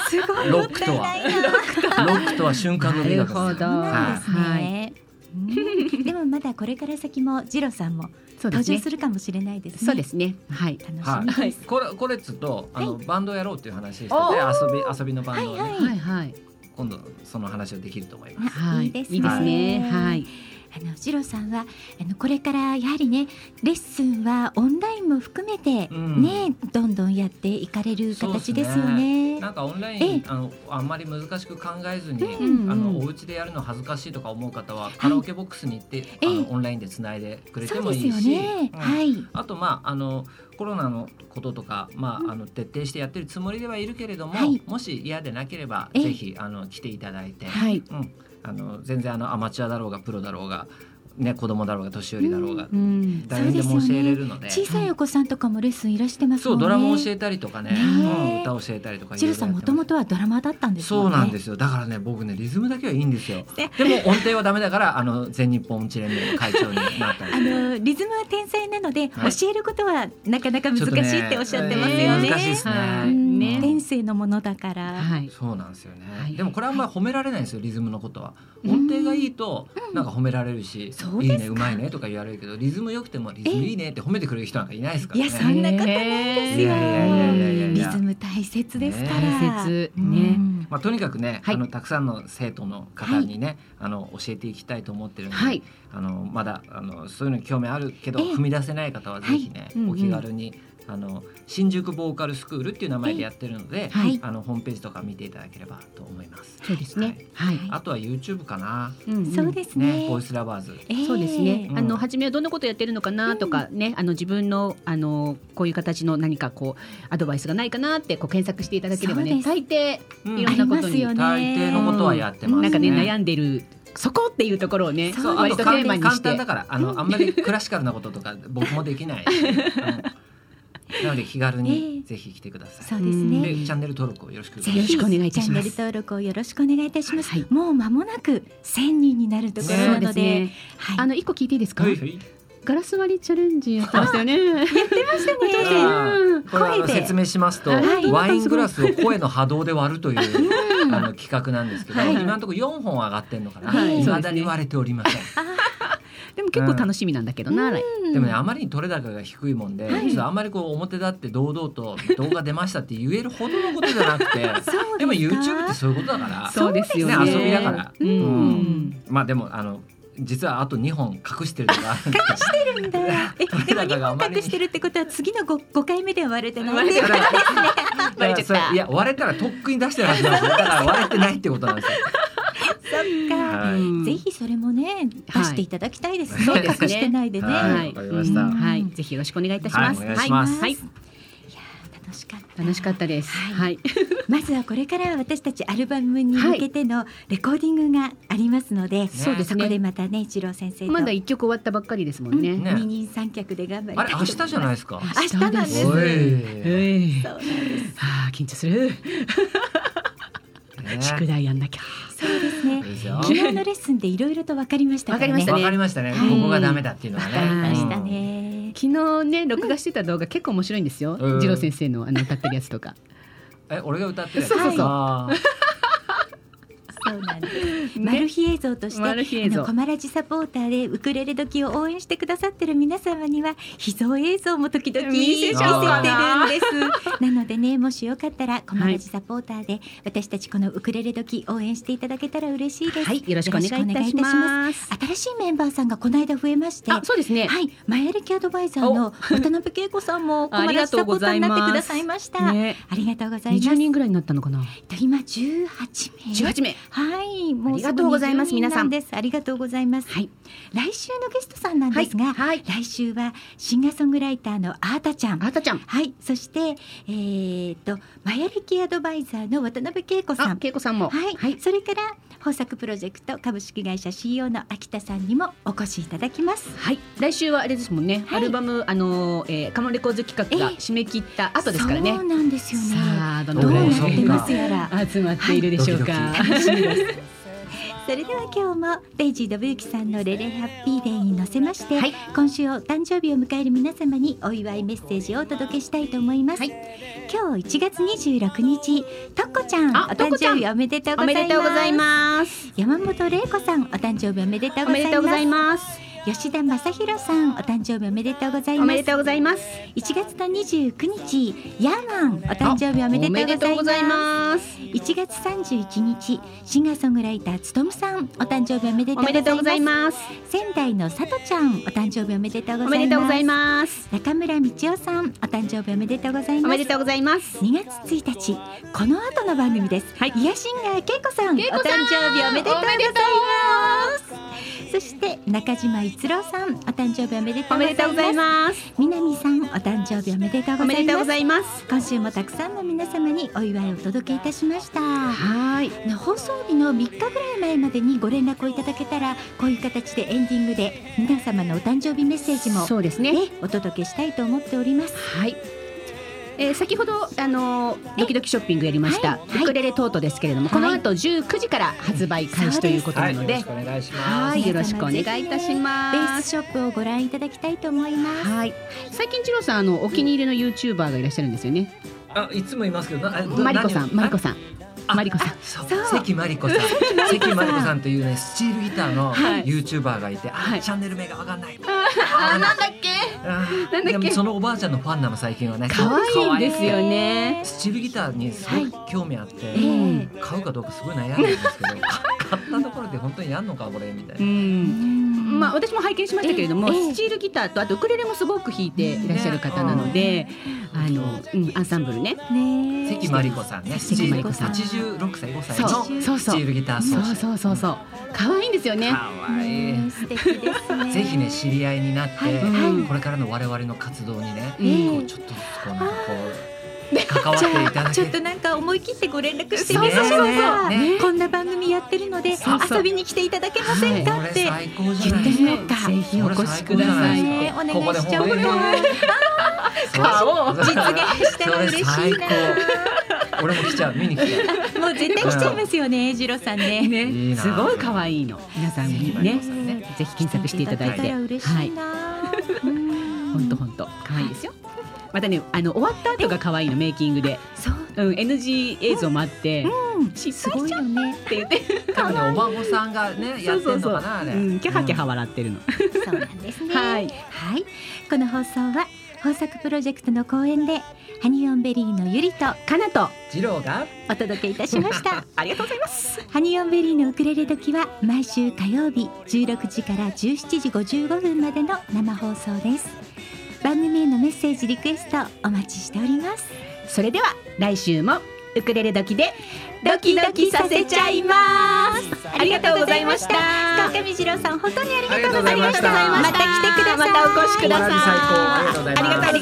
すごい。
ロックとは瞬間の美学です。
そうなんですね。でもまだこれから先もジロさんも登場するかもしれないですね。
そうですね。はい。
楽しみです。
コレッツとバンドやろうっていう話してて、遊びのバンドをね。
はいはい。
今度その話をできると思います。
はい。いいですね。はい。ジロさんはこれからやはりねレッスンはオンラインも含めてね、どんどんやっていかれる形ですよね。
なんかオンラインあんまり難しく考えずに、お家でやるの恥ずかしいとか思う方はカラオケボックスに行って、オンラインでつないでくれてもいいし、あとコロナのこととか、徹底してやってるつもりではいるけれども、もし嫌でなければぜひ来ていただいて、全然アマチュアだろうがプロだろうが、ね、子供だろうが年寄りだろうが、誰でも教えれるので、
小さいお子さんとかもレッスンいらしてますもんね。
そう、ドラム教えたりとかね、歌教えたりとか。
ジルさんもともとはドラマーだったんです
よね。そうなんですよ。だからね、僕ねリズムだけはいいんですよ。でも音程はダメだから全日本音痴連盟の会長になったり
リズムは天才なので、教えることはなかなか難しいっておっしゃってますよね。
難しいですね。
天性のものだから。
そうなんですよね。でもこれはあんまり褒められないんですよ、リズムのことは。音程がいいとなんか褒められるし、いいねうまいねとか言われるけど、リズム良くてもリズムいいねって褒めてくれる人なんかいないですからね。
いや、そんなことないですよ。リズム大切ですから。
大切ね。
とにかくね、たくさんの生徒の方にね、教えていきたいと思ってるので、まだそういうのに興味あるけど踏み出せない方はぜひね、お気軽に新宿ボーカルスクールっていう名前でやってるので、ホームページとか見ていただければと思います。
そうですね。
あとは YouTube かな。
そうですね。
ボイスラバーズ。
そうですね。初めはどんなことやってるのかなとかね、自分のこういう形の何かアドバイスがないかなって検索していただければね、大抵いろんなことに
大抵のことはやってます。
なんかね、悩んでるそこっていうところをね、割とテーマにして。
簡単だからあんまりクラシカルなこととか僕もできない。なので気軽にぜひ来てください。
そうですね。
でチャンネル登録をよろしくお願
いいたします。
チャンネル登録をよろしくお願いいたします。もう間もなく1000人になるところなので、
一個聞いていいですか？ガラス割りチャレンジやってましたよね。
やってましたね。
これ説明しますと、ワイングラスを声の波動で割るという企画なんですけど、今のところ4本上がってんのかな。未だに割れておりません。
でも結構楽しみなんだけどな。
でもね、あまりに取れ高が低いもんで、あんまり表立って堂々と動画出ましたって言えるほどのことじゃなくて、でも YouTube ってそういうことだから、
そうですよね。
遊びだから。でも実はあと2本隠してるとか。
隠してるんだ。でも2本隠してるってことは次の5回目では割れてない。
割れちゃった。いや、割れたらとっくに出してるはずなんですよ。だから割れてないってことなんですよ。
そっか、ぜひそれもね出していただきたいですね。隠してないでね。
わかりました。
ぜひよろしくお願いいたします。
お願いします。
いや
楽しかったです。
まずはこれから私たちアルバムに向けてのレコーディングがありますので、そこでまたね、一郎先生と
まだ1曲終わったばっかりですもんね。
二人三脚で頑張りたいと思います。
明日じゃないですか。
明日なんです。そうなんです。
緊張する。宿題やんなきゃ。
そうですね。昨日のレッスンでいろいろと分かりましたからね。
分かりましたね。ここがダメだっていうのがね。
分かりましたね。
昨日ね、録画してた動画結構面白いんですよ。次郎先生の歌ってるやつとか。
俺が歌ってるやつ。
そうなんです。マル秘映像としてコマラジサポーターでウクレレ時を応援してくださってる皆様には秘蔵映像も時々見せてるんです。なのでね、もしよかったらコマラジサポーターで私たちこのウクレレ時応援していただけたら嬉しいです。
よろしくお願いいたします。
新しいメンバーさんがこの間増えまして、
そうですね。
マヤ歴アドバイザーの渡辺恵子さんもコマラジサポーターになってくださいました。ありがとうございます。
20人ぐらいになったのかな。
今18名。
はい、
もう
ありがとうございます。皆さん
です。ありがとうございます。来週のゲストさんなんですが、来週はシンガーソングライターのあーたちゃん。そしてマヤ歴アドバイザーの渡辺恵子さん。
恵子さんも。
それから豊作プロジェクト株式会社 CEO の秋田さんにもお越しいただきます。
来週はあれですもんね。アルバムカモンレコーズ企画が締め切った後ですからね。
そうなんですよね。
さあ、
どうなってますやら
集まっているでしょうか。
楽しみです。 それでは今日もデイジー・信之さんのレレハッピーデーに乗せまして、今週お誕生日を迎える皆様にお祝いメッセージをお届けしたいと思います。今日1月26日、とっこちゃんお誕生日おめでとうございます。山本玲子さんお誕生日おめでとうございます。吉田正弘さんお誕生日おめでとうございます。
おめでとうございます。
1月の29日ヤーマンお誕生日おめでとうございます。1月31日シンガーソングライターつとむさんお誕生日おめでとうございます。仙台のさとちゃんお誕生日おめでとうございます。中村道夫さんお誕生日おめでとうございます。
おめでとうございます。
2月1日この後の番組です、イヤシンガーけいこさんお誕生日おめでとうございます。そして中島一郎さんお誕生日おめでとうございます。南さんお誕生日おめでとうございます。今週もたくさんの皆様にお祝いをお届けいたしました。放送日の3日ぐらい前までにご連絡をいただけたらこういう形でエンディングで皆様のお誕生日メッセージも
そうですね、
お届けしたいと思っております。
先ほどドキドキショッピングやりました、ウクレレトートですけれども、この後19時から発売開始ということなので、よろしくお願いします。よろしくお願いいたします。
ベースショップをご覧いただきたいと思います。
最近次郎さんお気に入りの YouTuber がいらっしゃるんですよね。
いつもいますけど、
マリコさん関
マリコさんというねスチールギターの YouTuber がいて、チャンネル名がわかんない。
なんだっけ。
そのおばあちゃんのファンなの最近はね。
可愛いんですよね。
スチールギターにすごく興味あって、買うかどうかすごい悩んでるんですけど、買ったところで本当にやんのかこれみたいな。
私も拝見しましたけれども、スチールギターとあとウクレレもすごく弾いていらっしゃる方なので、アンサンブルね。
関真理子さんね。86歳5歳のスチールギター奏者。
そう可愛いんですよね。
可愛い。
素敵ですね。
ぜひね知り合いになってこれからの我々の活動にね、ちょっとずつ関わっていただける。
ちょっとなんか思い切ってご連絡してみましょうか。こんな番組やってるので遊びに来でいただけませんかって言ってみようか。
ぜひお越しください。
お願いしちゃおうか。実現したら嬉しいな。
俺も来ちゃう、見に来ちゃう。
もう絶対来ちゃいますよね、次郎さんね。
すごい可愛いの。皆さんね、ぜひ検索していただいて。本当可愛いですよ。またね、終わった後が可愛いの、メイキングで。NG 映像もあって、
すごいよねって言って。
多分ね、お孫さんがねやってるのかな、あれ。
キャハキャハ笑ってるの。
そうなんですね。この放送は豊作プロジェクトの公演でハニオンベリーのゆりと
かなと
次郎が
お届けいたしました。
ありがとうございます。
ハニオンベリーのウクレレ時は毎週火曜日16時から17時55分までの生放送です。番組へのメッセージリクエストお待ちしております。
それでは来週もウクレレ時でドキドキさせちゃいます。ありがとうございました。
川上次郎さん本当にありがとうございました。また来てください。
またお越しください。
ありがとうございます。